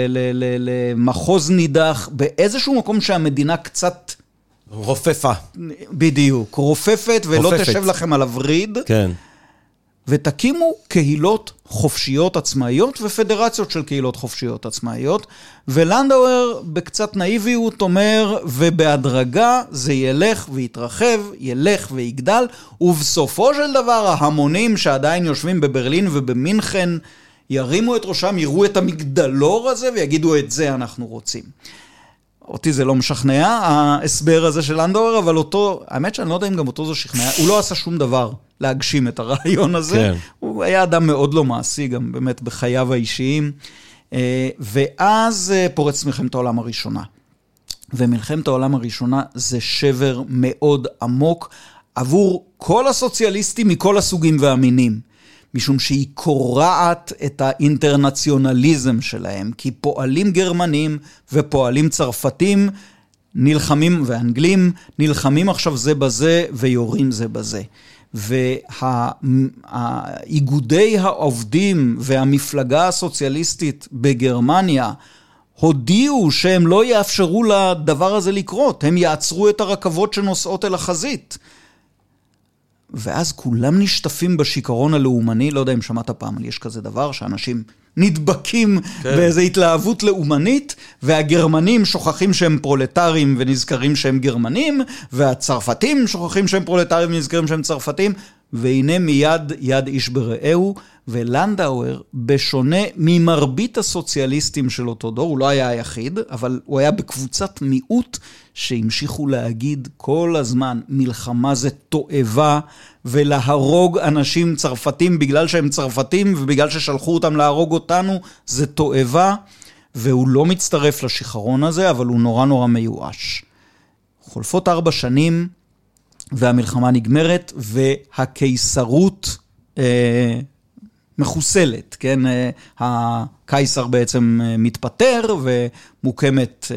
למחוז נידח, באיזשהו מקום שהמדינה קצת... רופפה. בדיוק, רופפת ולא תשב לכם על הווריד. כן. ותקימו קהילות חופשיות עצמאיות ופדרציות של קהילות חופשיות עצמאיות, ולנדאור בקצת נאיביות אומר, ובהדרגה זה ילך ויתרחב, ילך ויגדל, ובסופו של דבר ההמונים שעדיין יושבים בברלין ובמינכן, ירימו את ראשם, יראו את המגדלור הזה ויגידו את זה אנחנו רוצים. אותי זה לא משכנע, ההסבר הזה של לנדאור, אבל אותו, האמת שאני לא יודע אם גם אותו זה שכנע, הוא לא עשה שום דבר להגשים את הרעיון הזה, כן. הוא היה אדם מאוד לא מעשי, גם באמת בחייו האישיים, ואז פורץ מלחמת העולם הראשונה. ומלחמת העולם הראשונה זה שבר מאוד עמוק, עבור כל הסוציאליסטים מכל הסוגים והמינים. משום שהיא קורעת את האינטרנציונליזם שלהם, כי פועלים גרמנים ופועלים צרפתים נלחמים, ואנגלים נלחמים עכשיו זה בזה ויורים זה בזה. והאיגודי העובדים והמפלגה הסוציאליסטית בגרמניה הודיעו שהם לא יאפשרו לדבר הזה לקרות, הם יעצרו את הרכבות שנוסעות אל החזית. ואז כולם נשטפים בשיקרון הלאומני, לא יודע אם שמעת פעם, אבל יש כזה דבר שאנשים נדבקים באיזו התלהבות לאומנית, והגרמנים שוכחים שהם פרולטרים ונזכרים שהם גרמנים, והצרפתים שוכחים שהם פרולטרים ונזכרים שהם צרפתים, והנה מיד יד איש ברעהו, ולנדאור, בשונה ממרבית הסוציאליסטים של אותו דור, הוא לא היה היחיד, אבל הוא היה בקבוצת מיעוט שהמשיכו להגיד כל הזמן, מלחמה זה תועבה, ולהרוג אנשים צרפתים בגלל שהם צרפתים, ובגלל ששלחו אותם להרוג אותנו, זה תועבה, והוא לא מצטרף לשחרון הזה, אבל הוא נורא נורא מיואש. חולפות 4 שנים, והמלחמה נגמרת, והקיסרות מחוסלת, כן? הקיסר בעצם מתפטר, ומוקמת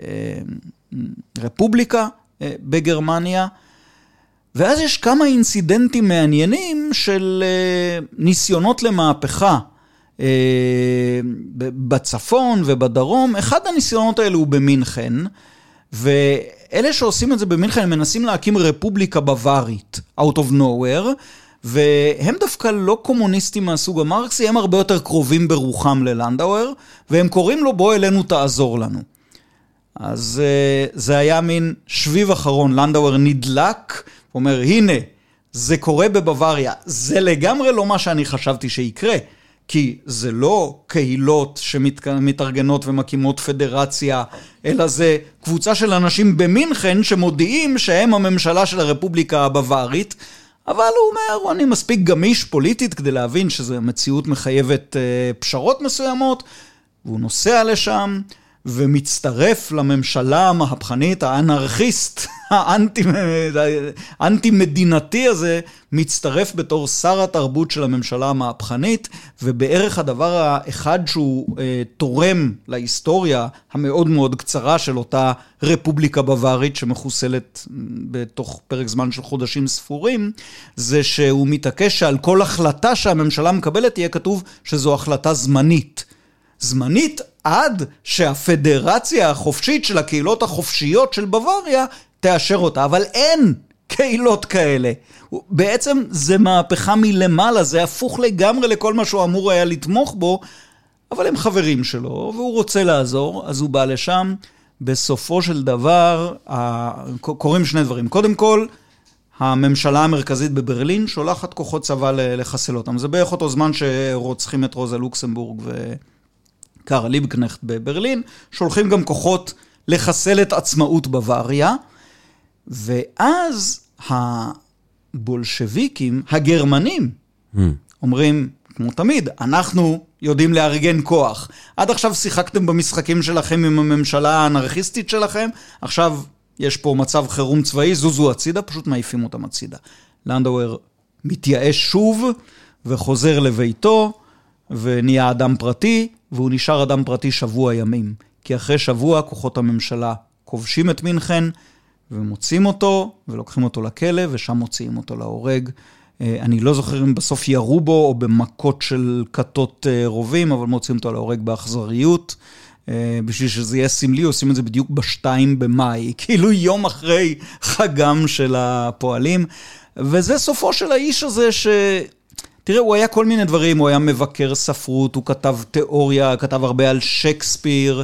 רפובליקה בגרמניה, ואז יש כמה אינסידנטים מעניינים של ניסיונות למהפכה. בצפון ובדרום. אחד הניסיונות האלה הוא במינכן, ואלה שעושים את זה במינכן, הם מנסים להקים רפובליקה בווארית, out of nowhere, והם דווקא לא קומוניסטים מהסוג המרקסי, הם הרבה יותר קרובים ברוחם ללנדאואר, והם קוראים לו בוא אלינו תעזור לנו. אז זה היה מין שביב אחרון, לנדאואר נדלק, הוא אומר הנה, זה קורה בבוואריה, זה לגמרי לא מה שאני חשבתי שיקרה, כי זה לא קהילות שמתארגנות ומקימות פדרציה, אלא זה קבוצה של אנשים במינכן שמודיעים שהם הממשלה של הרפובליקה הבווארית, אבל הוא אומר, אני מספיק גמיש פוליטית כדי להבין שזו מציאות מחייבת פשרות מסוימות, והוא נוסע לשם ומצטרף לממשלה המהפכנית, האנרכיסט, האנטי-מדינתי הזה, מצטרף בתור שר התרבות של הממשלה המהפכנית, ובערך הדבר האחד שהוא תורם להיסטוריה המאוד מאוד קצרה של אותה רפובליקה בווארית שמחוסלת בתוך פרק זמן של חודשים ספורים, זה שהוא מתעקש שעל כל החלטה שהממשלה מקבלת יהיה כתוב שזו החלטה זמנית. זמנית עד שהפדרציה החופשית של הקהילות החופשיות של בוואריה תאשר אותה, אבל אין קהילות כאלה. בעצם זה מהפכה מלמעלה, זה הפוך לגמרי לכל מה שהוא אמור היה לתמוך בו, אבל הם חברים שלו, והוא רוצה לעזור, אז הוא בא לשם. בסופו של דבר, קוראים שני דברים. קודם כל, הממשלה המרכזית בברלין שולחת כוחות צבא לחסל אותם. זה בערך אותו זמן שרוצחים את רוזה לוקסמבורג קארל ליבקנכט בברלין, שולחים גם כוחות לחסל את עצמאות בוואריה, ואז הבולשביקים, הגרמנים, אומרים, כמו תמיד, אנחנו יודעים לארגן כוח. עד עכשיו שיחקתם במשחקים שלכם עם הממשלה האנרכיסטית שלכם, עכשיו יש פה מצב חירום צבאי, זוזו הצידה, פשוט מעיפים אותם הצידה. לנדאואר מתייאש שוב, וחוזר לביתו, ונהיה אדם פרטי, והוא נשאר אדם פרטי שבוע ימים. כי אחרי שבוע כוחות הממשלה כובשים את מינכן, ומוצאים אותו, ולוקחים אותו לכלא, ושם מוציאים אותו להורג. אני לא זוכר אם בסוף ירו בו, או במכות של כתות רובים, אבל מוציאים אותו להורג באכזריות. בשביל שזה יהיה סמלי, עושים את זה בדיוק ב2 במאי, כאילו יום אחרי חגם של הפועלים. וזה סופו של האיש הזה תראה, הוא היה כל מיני דברים, הוא היה מבקר ספרות, הוא כתב תיאוריה, כתב הרבה על שייקספיר,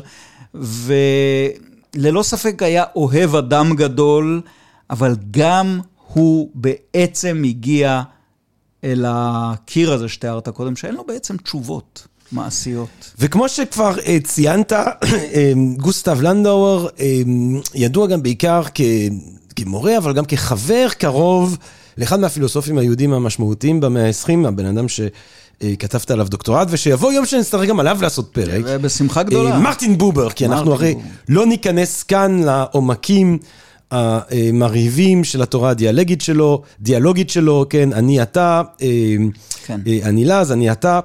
וללא ספק היה אוהב אדם גדול, אבל גם הוא בעצם הגיע אל הקיר הזה שתיארת קודם, שאין לו בעצם תשובות מעשיות. וכמו שכבר ציינת, גוסטב לנדאואר ידוע גם בעיקר כמורה, אבל גם כחבר קרוב, לאחד מהפילוסופים היהודים המשמעותיים במאה ה-20, הבן אדם שכתבת עליו דוקטורט, ושיבוא יום שנצטרך גם עליו לעשות פרק. ובשמחה גדולה. מרטין בובר, כי אנחנו הרי לא ניכנס כאן לעומקים המרהיבים של התורה הדיאלוגית שלו, כן, אני אתה, אני לז, אני אתה.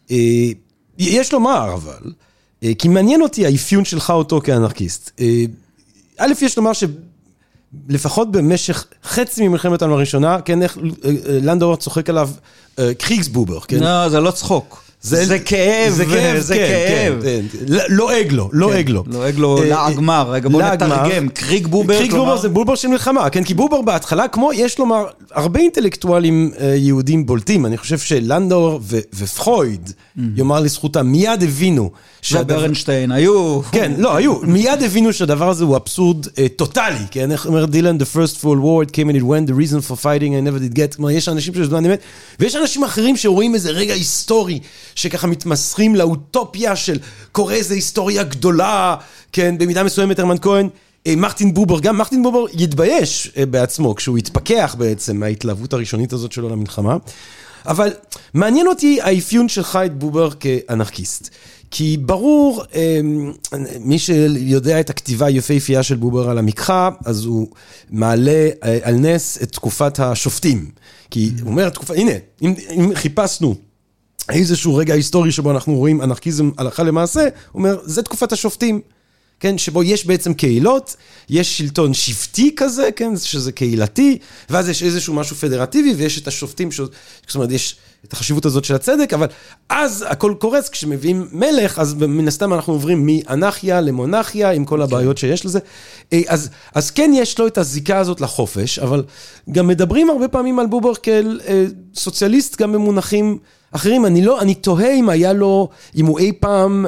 יש לומר, אבל, כי מעניין אותי האפיון שלך אותו כאנרכיסט. א', יש לומר לפחות במשך חצי ממלחמת העולם הראשונה, כן, איך לנדאואר צוחק עליו קריגסבובר, כן? לא, זה לא צחוק. זה כאב, זה כאב. לועג לו. לועג לו לאגמר, רגע בוא נתרגם, קריג בובר זה בובר של מלחמה, כן, כי בובר בהתחלה, כמו יש לומר, הרבה אינטלקטואלים יהודים בולטים, אני חושב שלנדאואר ופרויד, יאמר לזכותם, מיד הבינו, ברנשטיין, היו. כן, לא, היו, מיד הבינו שהדבר הזה הוא אבסורד טוטלי, כן, איך אומר דילן, the first full war, it came and it went, the reason for fighting, I never did get, כלומר, יש אנשים שזמן אמת, ויש אנשים אחרים שרואים איזה רגע היסטורי, שככה מתמסרים לאוטופיה של קורא איזו היסטוריה גדולה, כן, במידה מסוימת הרמן כהן, מרטין בובר, גם מרטין בובר יתבייש בעצמו, כשהוא יתפכח בעצם מההתלהבות הראשונית הזאת שלו למלחמה, אבל מעניין אותי האפיון שלך את בובר כאנרכיסט, כי ברור, מי שיודע את הכתיבה היפהפייה של בובר על המקחה, אז הוא מעלה על נס את תקופת השופטים, כי הוא אומר, הנה, אם חיפשנו, איזשהו רגע היסטורי שבו אנחנו רואים אנרכיזם הלכה למעשה, הוא אומר, זה תקופת השופטים. כן, שבו יש בעצם קהילות, יש שלטון שבטי כזה, כן, שזה קהילתי, ואז יש איזשהו משהו פדרטיבי, ויש את השופטים, זאת אומרת, יש את החשיבות הזאת של הצדק, אבל אז הכל קורץ, כשמביאים מלך, אז מן הסתם אנחנו עוברים מאנרכיה למונרכיה, עם כל הבעיות שיש לזה. אז כן יש לו את הזיקה הזאת לחופש, אבל גם מדברים הרבה פעמים על בובר כאל סוציאליסט, גם במונחים אחרים. אני תוהה אם היה לו, אם הוא אי פעם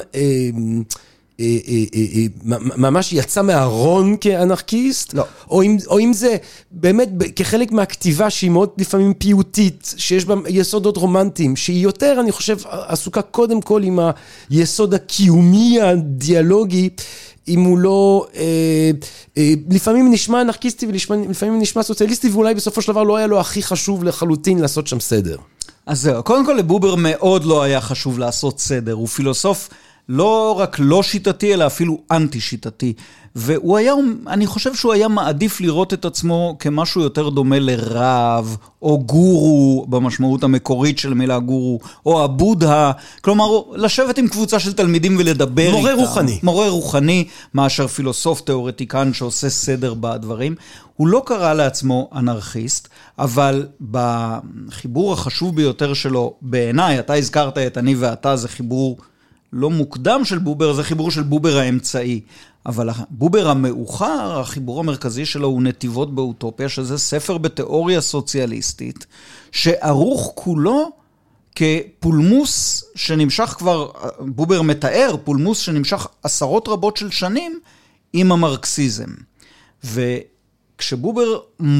ממש יצא מהארון כאנרכיסט, לא. או אם זה באמת כחלק מהכתיבה שהיא מאוד לפעמים פיוטית, שיש בה יסודות רומנטיים, שהיא יותר, אני חושב, עסוקה קודם כל עם היסוד הקיומי הדיאלוגי, אם הוא לא, לפעמים נשמע אנרכיסטי ולפעמים נשמע סוציאליסטי, ואולי בסופו של דבר לא היה לו הכי חשוב לחלוטין לעשות שם סדר. אז זהו, קודם כל לבובר מאוד לא היה חשוב לעשות סדר, הוא פילוסוף לא רק לא שיטתי, אלא אפילו אנטי שיטתי. והוא היה, אני חושב שהוא היה מעדיף לראות את עצמו כמשהו יותר דומה לרב, או גורו, במשמעות המקורית של מילה גורו, או הבודה, כלומר, לשבת עם קבוצה של תלמידים ולדבר איתם. מורה רוחני. מורה רוחני, מאשר פילוסוף תיאורטיקן שעושה סדר בדברים. הוא לא קרא לעצמו אנרכיסט, אבל בחיבור החשוב ביותר שלו, בעיניי, אתה הזכרת את אני ואתה, זה חיבור לא מוקדם של בובר, זה חיבור של בובר האמצעי. אבל בובר המאוחר, החיבור המרכזי שלו הוא נתיבות באוטופיה, שזה ספר בתיאוריה סוציאליסטית, שערוך כולו כפולמוס שנמשך כבר, בובר מתאר, פולמוס שנמשך עשרות רבות של שנים עם המרקסיזם. וכשבובר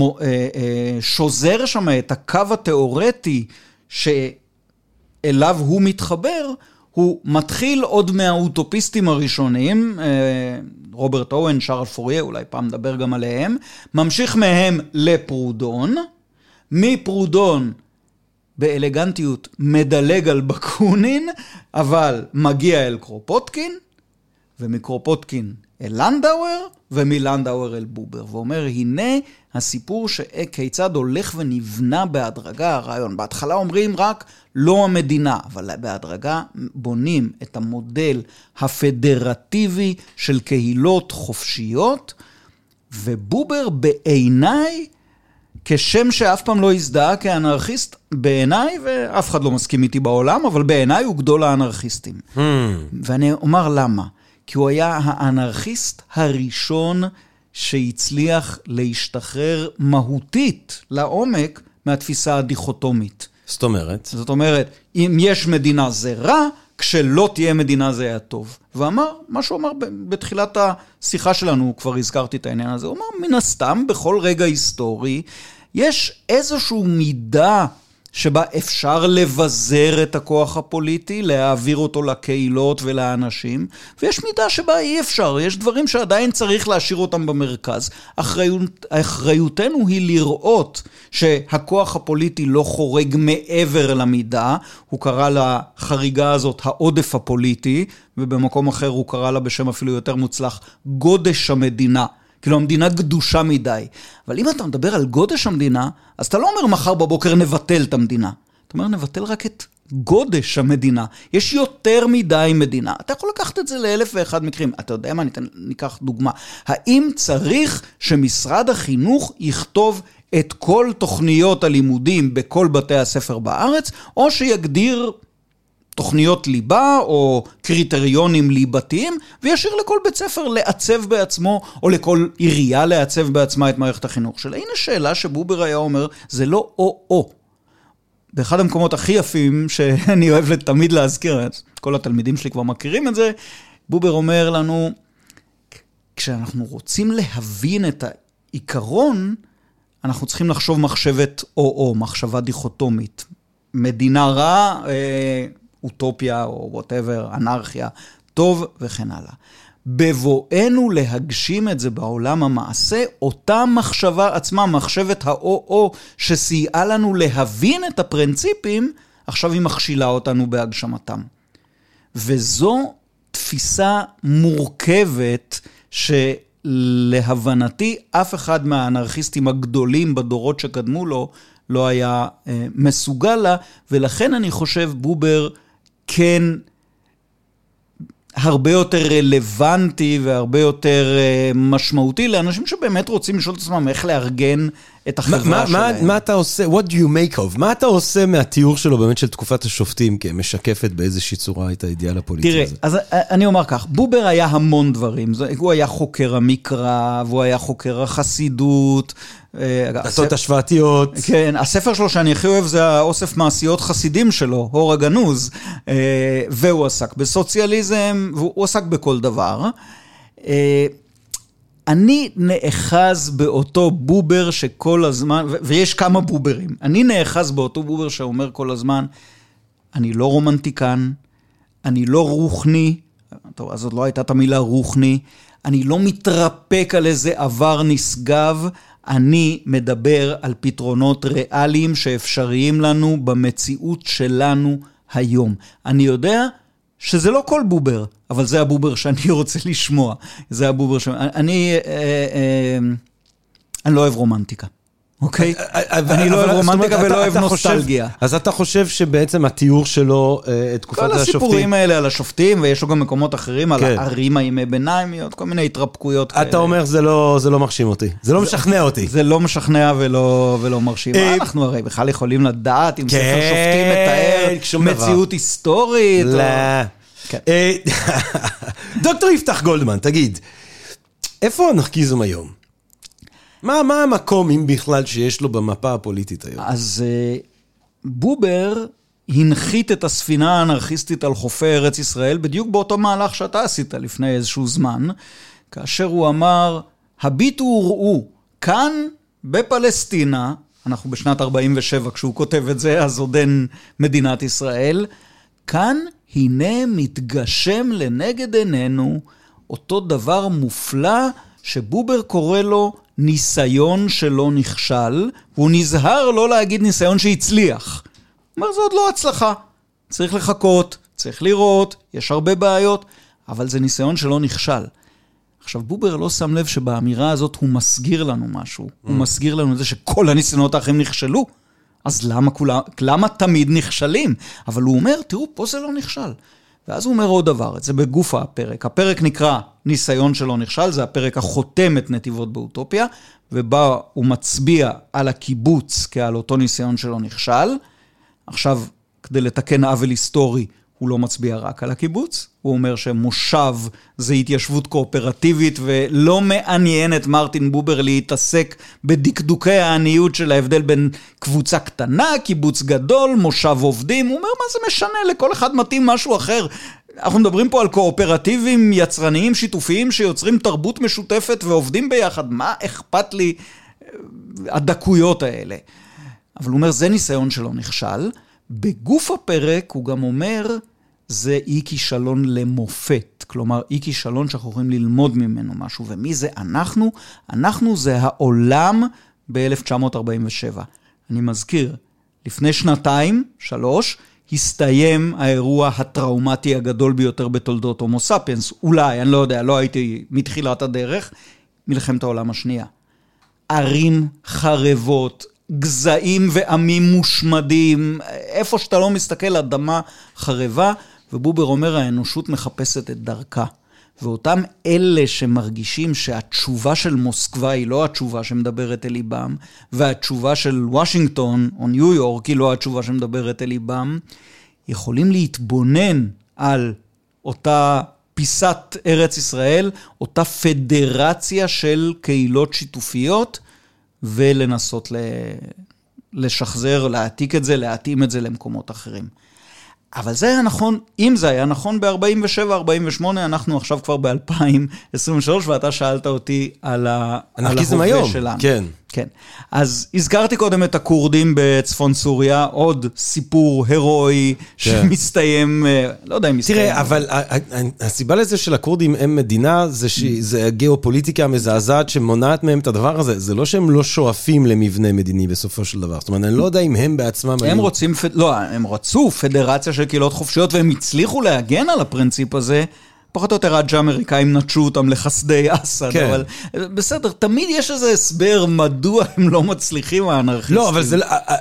שוזר שם את הקו התיאורטי שאליו הוא מתחבר, הוא מתחיל עוד מהאוטופיסטים הראשונים, רוברט אוון, שרל פוריה, אולי פעם נדבר גם עליהם, ממשיך מהם לפרודון, מפרודון באלגנטיות מדלג על בקונין, אבל מגיע אל קרופוטקין, ומקרופוטקין אל לנדאואר, ומלנדאואר אל בובר, ואומר, הנה הסיפור שכיצד הולך ונבנה בהדרגה הרעיון. בהתחלה אומרים רק לא המדינה, אבל בהדרגה בונים את המודל הפדרטיבי של קהילות חופשיות, ובובר בעיניי, כשם שאף פעם לא הזדהה כאנרכיסט, בעיניי, ואף אחד לא מסכים איתי בעולם, אבל בעיניי הוא גדול האנרכיסטים. ואני אומר למה. כי הוא היה האנרכיסט הראשון שהצליח להשתחרר מהותית לעומק מהתפיסה הדיכוטומית. זאת אומרת, אם יש מדינה זה רע, כשלא תהיה מדינה זה היה טוב. ואמר, מה שהוא אמר בתחילת השיחה שלנו, כבר הזכרתי את העניין הזה, הוא אמר, מן הסתם, בכל רגע היסטורי, יש איזשהו מידה שבה אפשר לבזר את הכוח הפוליטי, להעביר אותו לקהילות ולאנשים, ויש מידה שבה אי אפשר, יש דברים שעדיין צריך להשאיר אותם במרכז. אחריותנו היא לראות שהכוח הפוליטי לא חורג מעבר למידה, הוא קרא לחריגה הזאת העודף הפוליטי, ובמקום אחר הוא קרא לה בשם אפילו יותר מוצלח, גודש המדינה. כאילו המדינה קדושה מדי. אבל אם אתה מדבר על גודש המדינה, אז אתה לא אומר מחר בבוקר נבטל את המדינה. אתה אומר נבטל רק את גודש המדינה. יש יותר מדי מדינה. אתה יכול לקחת את זה לאלף ואחד מקרים. אתה יודע מה? ניקח דוגמה. האם צריך שמשרד החינוך יכתוב את כל תוכניות הלימודים בכל בתי הספר בארץ, או שיגדיר תוכניות ליבה או קריטריונים ליבתיים, וישאיר לכל בית ספר לעצב בעצמו, או לכל עירייה לעצב בעצמה את מערכת החינוך שלה. הנה שאלה שבובר היה אומר, זה לא או-או. באחד המקומות הכי יפים, שאני אוהב תמיד להזכיר, כל התלמידים שלי כבר מכירים את זה, בובר אומר לנו, כשאנחנו רוצים להבין את העיקרון, אנחנו צריכים לחשוב מחשבת או-או, מחשבה דיכוטומית. מדינה רע, אוטופיה או whatever, אנרכיה, טוב וכן הלאה. בבואנו להגשים את זה בעולם המעשה, אותה מחשבה עצמה, מחשבת האו-או, שסייעה לנו להבין את הפרינציפים, עכשיו היא מכשילה אותנו בהגשמתם. וזו תפיסה מורכבת שלהבנתי אף אחד מהאנרכיסטים הגדולים בדורות שקדמו לו לא היה מסוגל לה, ולכן אני חושב בובר כן הרבה יותר רלוונטי והרבה יותר משמעותי לאנשים שבאמת רוצים לשאול את עצמם איך לארגן את החברה שלהם. מה אתה עושה, what do you make of? מה אתה עושה מהתיאור שלו באמת של תקופת השופטים, כמשקפת באיזושהי צורה את האידיאל הפוליטי הזה? תראה, אז אני אומר כך, בובר היה המון דברים, הוא היה חוקר המקרא, והוא היה חוקר החסידות, דתות השוואתיות. כן, הספר שלו שאני הכי אוהב זה האוסף מעשיות חסידים שלו, אור הגנוז, והוא עסק בסוציאליזם, והוא עסק בכל דבר. אני נאחז באותו בובר שכל הזמן, ויש כמה בוברים, אני נאחז באותו בובר שאומר כל הזמן, אני לא רומנטיקן, אני לא רוחני, טוב, אז עוד לא הייתה את המילה רוחני, אני לא מתרפק על איזה עבר נשגב, אני מדבר על פתרונות ריאליים שאפשריים לנו במציאות שלנו היום. אני יודע שזה לא כל בובר, אבל זה הבובר שאני רוצה לשמוע. זה הבובר אני לא אוהב רומנטיקה. אוקיי? אני לא אוהב רומנטיקה ולא אוהב נוסטלגיה. אז אתה חושב שבעצם התיאור שלו, תקופת השופטים... כל הסיפורים האלה על השופטים, ויש לו גם מקומות אחרים, על הערים הימי ביניימיות, כל מיני התרפקויות כאלה. אתה אומר, זה לא מרשים אותי. זה לא משכנע אותי. זה לא משכנע ולא מרשים. אנחנו הרי בכלל יכולים לדעת אם ספר שופטים מתאר מציאות היסטורית. לא. דוקטור יפתח גולדמן, תגיד, איפה האנרכיזם היום? מה המקום, אם בכלל, שיש לו במפה הפוליטית היום? אז בובר הנחית את הספינה האנרכיסטית על חופי ארץ ישראל, בדיוק באותו מהלך שאתה עשית לפני איזשהו זמן, כאשר הוא אמר, הביטו וראו, כאן בפלסטינה, אנחנו בשנת 47, כשהוא כותב את זה, אז עוד אין מדינת ישראל, כאן הנה מתגשם לנגד עינינו, אותו דבר מופלא, שבובר קורא לו ניסיון שלא נכשל, והוא נזהר לא להגיד ניסיון שהצליח. הוא אומר, זה עוד לא הצלחה. צריך לחכות, צריך לראות, יש הרבה בעיות, אבל זה ניסיון שלא נכשל. עכשיו, בובר לא שם לב שבאמירה הזאת הוא מסגיר לנו משהו. הוא מסגיר לנו את זה שכל הניסיונות האחרים נכשלו. אז למה תמיד נכשלים? אבל הוא אומר, תראו, פה זה לא נכשל. ואז הוא אומר עוד דבר, זה בגוף הפרק. הפרק נקרא ניסיון שלא נכשל, זה הפרק החותם את נתיבות באוטופיה, ובה הוא מצביע על הקיבוץ כעל אותו ניסיון שלא נכשל. עכשיו, כדי לתקן עוול היסטורי, הוא לא מצביע רק על הקיבוץ, הוא אומר שמושב זה התיישבות קואופרטיבית, ולא מעניין את מרטין בובר להתעסק בדקדוקי העניות של ההבדל בין קבוצה קטנה, קיבוץ גדול, מושב עובדים. הוא אומר, מה זה משנה? לכל אחד מתאים משהו אחר. אנחנו מדברים פה על קואופרטיבים יצרניים שיתופיים שיוצרים תרבות משותפת ועובדים ביחד. מה אכפת לי הדקויות האלה? אבל הוא אומר, זה ניסיון שלא נכשל. בגוף הפרק הוא גם אומר, זה אי כישלון למופת. כלומר, אי כישלון שאנחנו יכולים ללמוד ממנו משהו. ומי זה אנחנו? אנחנו זה העולם ב-1947. אני מזכיר, לפני 2-3, הסתיים האירוע הטראומטי הגדול ביותר בתולדות הומו ספיאנס. אולי, אני לא יודע, לא הייתי מתחילת הדרך, מלחמת העולם השנייה. ערים חרבות, גזעים ועמים מושמדים, איפה שאתה לא מסתכל, אדמה חרבה, ובובר אומר, האנושות מחפשת את דרכה. ואותם אלה שמרגישים שהתשובה של מוסקבה היא לא התשובה שמדברת אל ליבם, והתשובה של וושינגטון או ניו יורק היא לא התשובה שמדברת אל ליבם, יכולים להתבונן על אותה פיסת ארץ ישראל, אותה פדרציה של קהילות שיתופיות, ולנסות לשחזר, להעתיק את זה, להתאים את זה למקומות אחרים. אבל זה היה נכון, אם זה היה נכון ב-47-48, אנחנו עכשיו כבר ב-2023, ואתה שאלת אותי על ההווה שלנו. כן. כן. אז הזכרתי קודם את הכורדים בצפון סוריה, עוד סיפור הירואי שמסתיים, לא יודע אם מסתיים. תראה, אבל הסיבה לזה של הכורדים הם מדינה, זה הגיאופוליטיקה המזעזעת שמונעת מהם את הדבר הזה. זה לא שהם לא שואפים למבנה מדיני בסופו של דבר. זאת אומרת, אני לא יודע אם הם בעצמם... הם רצו פדרציה של קהילות חופשיות, והם הצליחו להגן על הפרינציפ הזה, פחות או יותר עד שהאמריקאים נטשו אותם לחסדי אסד, כן. אבל בסדר, תמיד יש איזה הסבר מדוע הם לא מצליחים האנרכיסטים. לא, אבל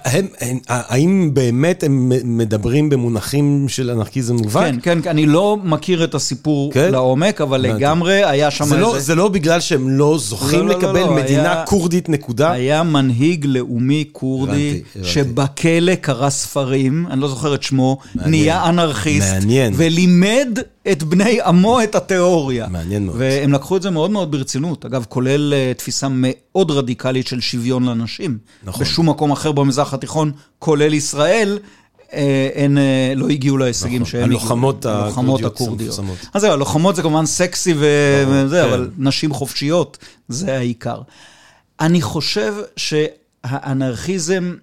האם באמת הם מדברים במונחים של אנרכיזם מובהק? כן, כן, אני לא מכיר את הסיפור כן? לעומק, אבל לגמרי היה שם איזה... זה לא בגלל שהם לא זוכים לקבל מדינה קורדית נקודה? היה מנהיג לאומי קורדי שבכלא קרא ספרים, אני לא זוכר את שמו, נהיה אנרכיסט, ולימד את בני עמו את התיאוריה. מעניין מאוד. והם לקחו את זה מאוד מאוד ברצינות. אגב, כולל תפיסה מאוד רדיקלית של שוויון לנשים. נכון. בשום מקום אחר במזרח התיכון, כולל ישראל, לא הגיעו להישגים שהם הגיעו. הלוחמות הקורדיות. אז זהו, הלוחמות זה כמובן סקסי וזה, אבל נשים חופשיות, זה העיקר. אני חושב שהאנרכיזם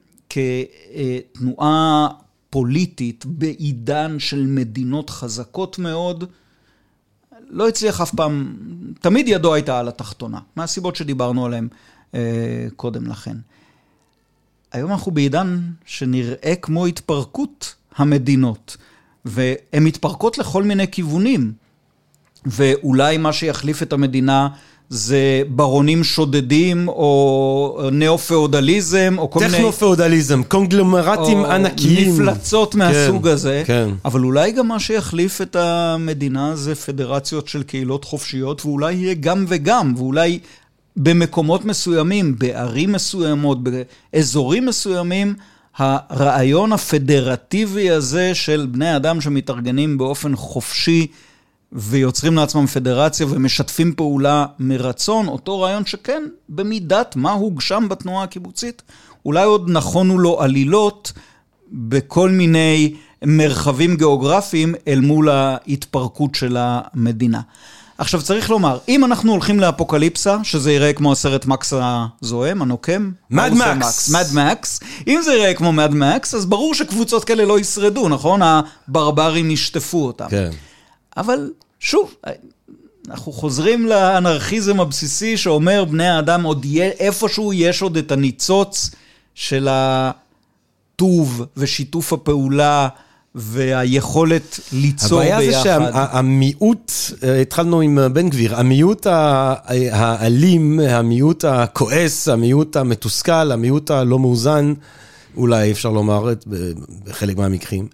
כתנועה פוליטית בעידן של מדינות חזקות מאוד, לא הצליח אף פעם, תמיד ידו הייתה על התחתונה, מהסיבות שדיברנו עליהן קודם לכן. היום אנחנו בעידן שנראה כמו התפרקות המדינות, והן מתפרקות לכל מיני כיוונים, ואולי מה שיחליף את המדינה זה ברונים שודדים, או נאו-פאודליזם, או כל מיני... טכנו-פאודליזם, קונגלומרטים ענקיים. מפלצות מהסוג הזה. כן. אבל אולי גם מה שיחליף את המדינה זה פדרציות של קהילות חופשיות, ואולי יהיה גם וגם, ואולי במקומות מסוימים, בערים מסוימות, באזורים מסוימים, הרעיון הפדרטיבי הזה של בני אדם שמתארגנים באופן חופשי, ויוצרים לעצמם פדרציה ומשתפים פעולה מרצון, אותו רעיון שכן, במידת מה הוגשם בתנועה הקיבוצית, אולי עוד נכונו לו עלילות בכל מיני מרחבים גיאוגרפיים אל מול ההתפרקות של המדינה. עכשיו צריך לומר, אם אנחנו הולכים לאפוקליפסה, שזה יראה כמו הסרט מקס הזוהם, הנוקם, מד מקס. מד מקס. אם זה יראה כמו מד מקס, אז ברור שקבוצות כאלה לא ישרדו, נכון? הברברים ישטפו אותם. כן. אבל שוב, אנחנו חוזרים לאנרכיזם הבסיסי שאומר בני האדם עוד איפשהו יש עוד את הניצוץ של הטוב ושיתוף הפעולה והיכולת ליצור ביחד. הבעיה זה שהמיעוט, התחלנו עם בן גביר, המיעוט האלים, המיעוט הכועס, המיעוט המתוסכל, המיעוט הלא מאוזן, אולי אפשר לומר בחלק מהמקרים,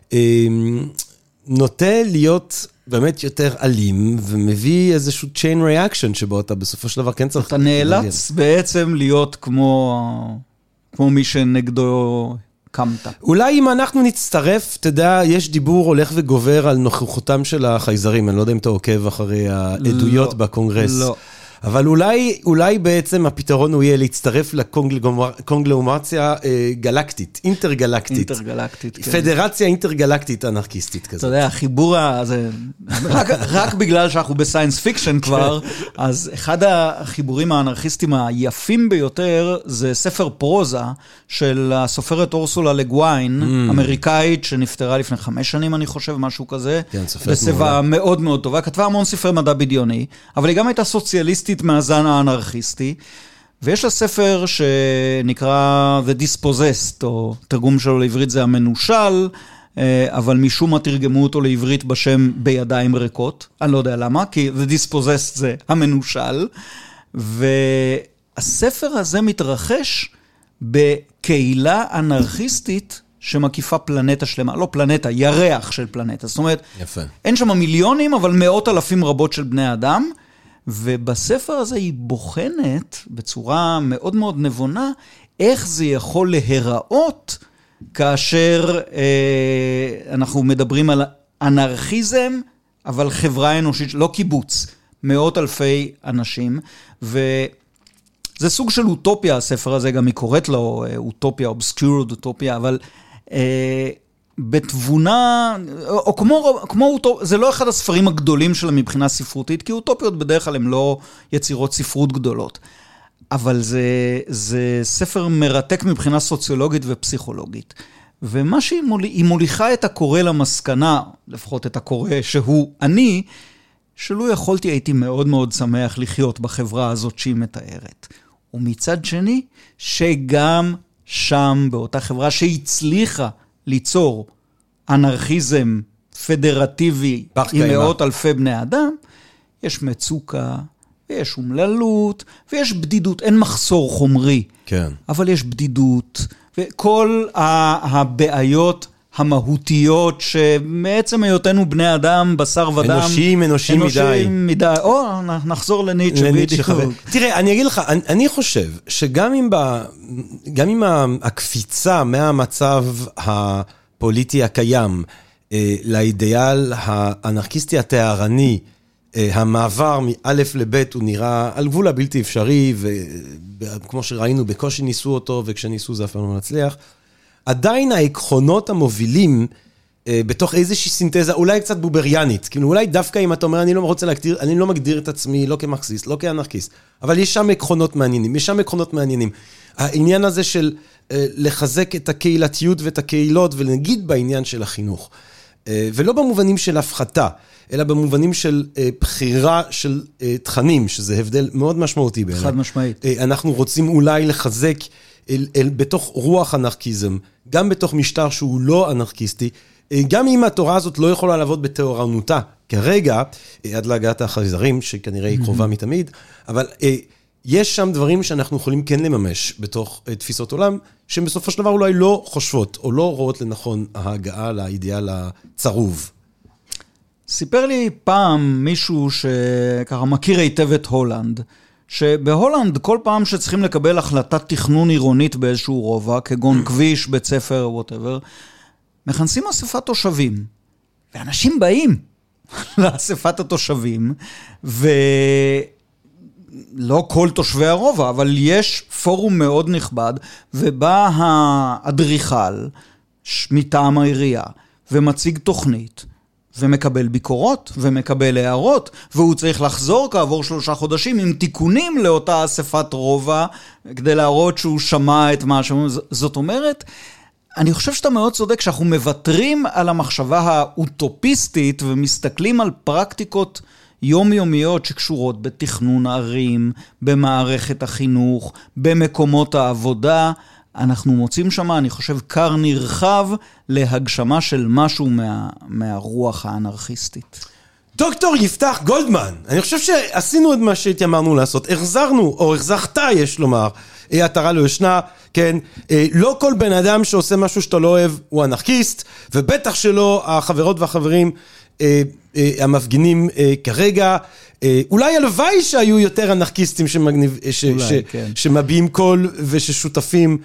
נוטה להיות באמת יותר אלים, ומביא איזשהו chain reaction שבו אתה בסופו של דבר כן צריך... אתה נאלץ בעצם להיות כמו מי שנגדו קמת. אולי אם אנחנו נצטרף, תדע, יש דיבור הולך וגובר על נוכחותם של החייזרים, אני לא יודע אם אתה עוקב אחרי העדויות בקונגרס. לא. אבל אולי בעצם הפתרון הוא יהיה להצטרף לקונגלומרציה גלקטית, אינטרגלקטית. אינטרגלקטית, כן. פדרציה אינטרגלקטית אנרכיסטית כזאת. אתה יודע, החיבור הזה, רק בגלל שאנחנו בסיינס פיקשן כבר, אז אחד החיבורים האנרכיסטיים היפים ביותר, זה ספר פרוזה של הסופרת אורסולה לגוויין, אמריקאית שנפטרה לפני 5 שנים, אני חושב, משהו כזה. כן, סופרת בסביבה מאוד מאוד טובה. כתבה המון ספרי מדע בדיוני, אבל היא גם הייתה סוציאליסטית מהזן האנרכיסטי, ויש לה ספר שנקרא The Dispossessed, או תרגום שלו לעברית זה המנושל, אבל משום מה תרגמו אותו לעברית בשם בידיים ריקות, אני לא יודע למה, כי The Dispossessed זה המנושל, והספר הזה מתרחש בקהילה אנרכיסטית שמקיפה פלנטה שלמה, לא פלנטה, ירח של פלנטה, זאת אומרת, יפה. אין שם מיליונים, אבל מאות אלפים רבות של בני אדם, ובספר הזה היא בוחנת בצורה מאוד מאוד נבונה, איך זה יכול להיראות כאשר אנחנו מדברים על אנרכיזם, אבל חברה אנושית, לא קיבוץ, מאות אלפי אנשים, וזה סוג של אוטופיה, הספר הזה גם היא קוראת לו אוטופיה, אובסקיורוד אוטופיה, אבל בתבונה, או כמו זה לא אחד הספרים הגדולים שלה מבחינה ספרותית, כי אוטופיות בדרך כלל הן לא יצירות ספרות גדולות. אבל זה ספר מרתק מבחינה סוציולוגית ופסיכולוגית. ומה שהיא מוליכה את הקורא למסקנה, לפחות את הקורא שהוא אני, שלא יכולתי, הייתי מאוד מאוד שמח לחיות בחברה הזאת שהיא מתארת. ומצד שני, שגם שם, באותה חברה שהצליחה ליצור אנרכיזם פדרטיבי עם מאות אלפי בני אדם, יש מצוקה, ויש אומללות, ויש בדידות, אין מחסור חומרי, כן. אבל יש בדידות, וכל הבעיות המהותיות שמעצם היותנו בני אדם, בשר ודם. אנושי מדי. או, נחזור לניטשה. תראה, אני אגיד לך, אני חושב שגם אם הקפיצה מהמצב הפוליטי הקיים לאידיאל האנרכיסטי התיארני, המעבר מאלף לבית הוא נראה על גבול הבלתי אפשרי, וכמו שראינו בקושי ניסו אותו, וכשניסו זה אף פעם לא מצליח, עדיין העקרונות המובילים בתוך איזושהי סינתזה, אולי קצת בובריאנית, כאילו אולי דווקא אם אתה אומר, אני לא מגדיר את עצמי לא כמרקסיסט, לא כאנרכיסט, אבל יש שם עקרונות מעניינים, העניין הזה של לחזק את הקהילתיות ואת הקהילות, ולנגיד בעניין של החינוך, ולא במובנים של הפחתה, אלא במובנים של בחירה של תכנים, שזה הבדל מאוד משמעותי בעיניי. חד משמעית. אנחנו רוצים אולי לחזק בתוך רוח אנרכיזם, גם בתוך משטר שהוא לא אנרכיסטי, גם אם התורה הזאת לא יכולה לעבוד בתיאורנותה, כרגע, עד להגעת החייזרים, שכנראה היא קרובה מתמיד, אבל יש שם דברים שאנחנו יכולים כן לממש בתוך תפיסות עולם, שהן בסופו של דבר אולי לא חושבות, או לא רואות לנכון ההגעה לאידיאל הצרוב. סיפר לי פעם מישהו שככה מכיר היטב את הולנד, שבהולנד כל פעם שצריכים לקבל החלטת תכנון עירונית באיזשהו רובע, כגון כביש, בית ספר, whatever, מכנסים אספת תושבים, ואנשים באים לאספת התושבים, ולא כל תושבי הרובע, אבל יש פורום מאוד נכבד, ובא האדריכל מטעם העירייה, ומציג תוכנית, ומקבל ביקורות, ומקבל הערות, והוא צריך לחזור כעבור 3 חודשים עם תיקונים לאותה אספת רובע, כדי להראות שהוא שמע את מה שאומרים. זאת אומרת, אני חושב שאתה מאוד צודק, שאנחנו מוותרים על המחשבה האוטופיסטית, ומסתכלים על פרקטיקות יומיומיות שקשורות בתכנון ערים, במערכת החינוך, במקומות העבודה. אנחנו מוצאים שם, אני חושב, קר נרחב להגשמה של משהו מהרוח האנרכיסטית. דוקטור יפתח גולדמן, אני חושב שעשינו את מה שהתיימרנו לעשות, החזרנו, או החזרת, יש לומר, עטרה לא ישנה, כן, לא כל בן אדם שעושה משהו שאתה לא אוהב הוא אנרכיסט, ובטח שלא החברות והחברים המפגינים כרגע, אולי הלוואי שהיו יותר אנרכיסטים שמביעים קול וששותפים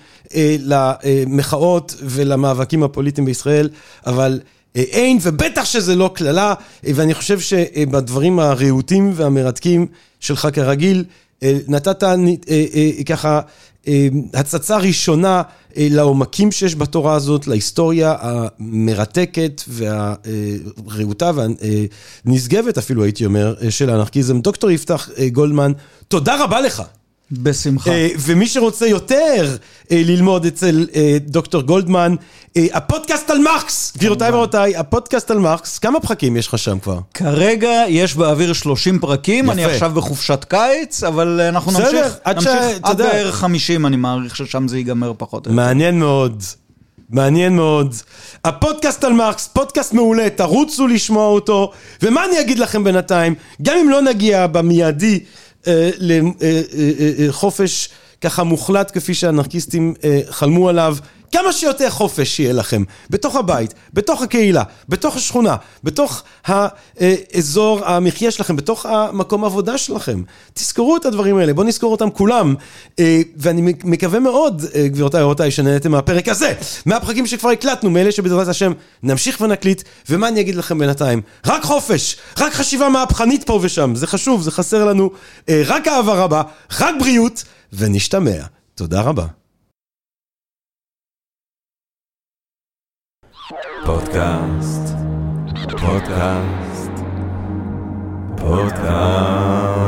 למחאות ולמאבקים הפוליטיים בישראל, אבל אין, ובטח שזה לא כללה, ואני חושב שבדברים הרעותים והמרתקים שלך כרגיל, נתת ככה הצצה ראשונה לעומקים שיש בתורה הזאת, להיסטוריה המרתקת והרעותה והנשגבת אפילו הייתי אומר של האנרכיזם. דוקטור יפתח גולדמן, תודה רבה לך. בשמחה. ומי שרוצה יותר ללמוד אצל דוקטור גולדמן, הפודקאסט על מרקס, גבירותיי ורבותיי, הפודקאסט על מרקס, כמה פרקים יש לך שם כבר? כרגע יש באוויר 30 פרקים, אני עכשיו בחופשת קיץ, אבל אנחנו נמשיך עד בערך 50, אני מעריך ששם זה ייגמר פחות. מעניין מאוד. הפודקאסט על מרקס, פודקאסט מעולה, תרוצו לשמוע אותו, ומה אני אגיד לכם בינתיים, גם אם לא נגיע במיידי לחופש ככה מוחלט כפי שהאנרכיסטים חלמו עליו, כמה שיותר חופש יהיה לכם, בתוך הבית, בתוך הקהילה, בתוך השכונה, בתוך האזור המחיה שלכם, בתוך המקום העבודה שלכם. תזכרו את הדברים האלה, בואו נזכור אותם כולם, ואני מקווה מאוד, גבירותיי ורבותיי, שנהנתם מהפרק הזה, מהפרקים שכבר הקלטנו, מאלה שבעזרת השם נמשיך ונקליט, ומה אני אגיד לכם בינתיים? רק חופש, רק חשיבה מהפכנית פה ושם, זה חשוב, זה חסר לנו, רק אהבה רבה, רק בריאות, ונשתמע. תודה רבה. פודקאסט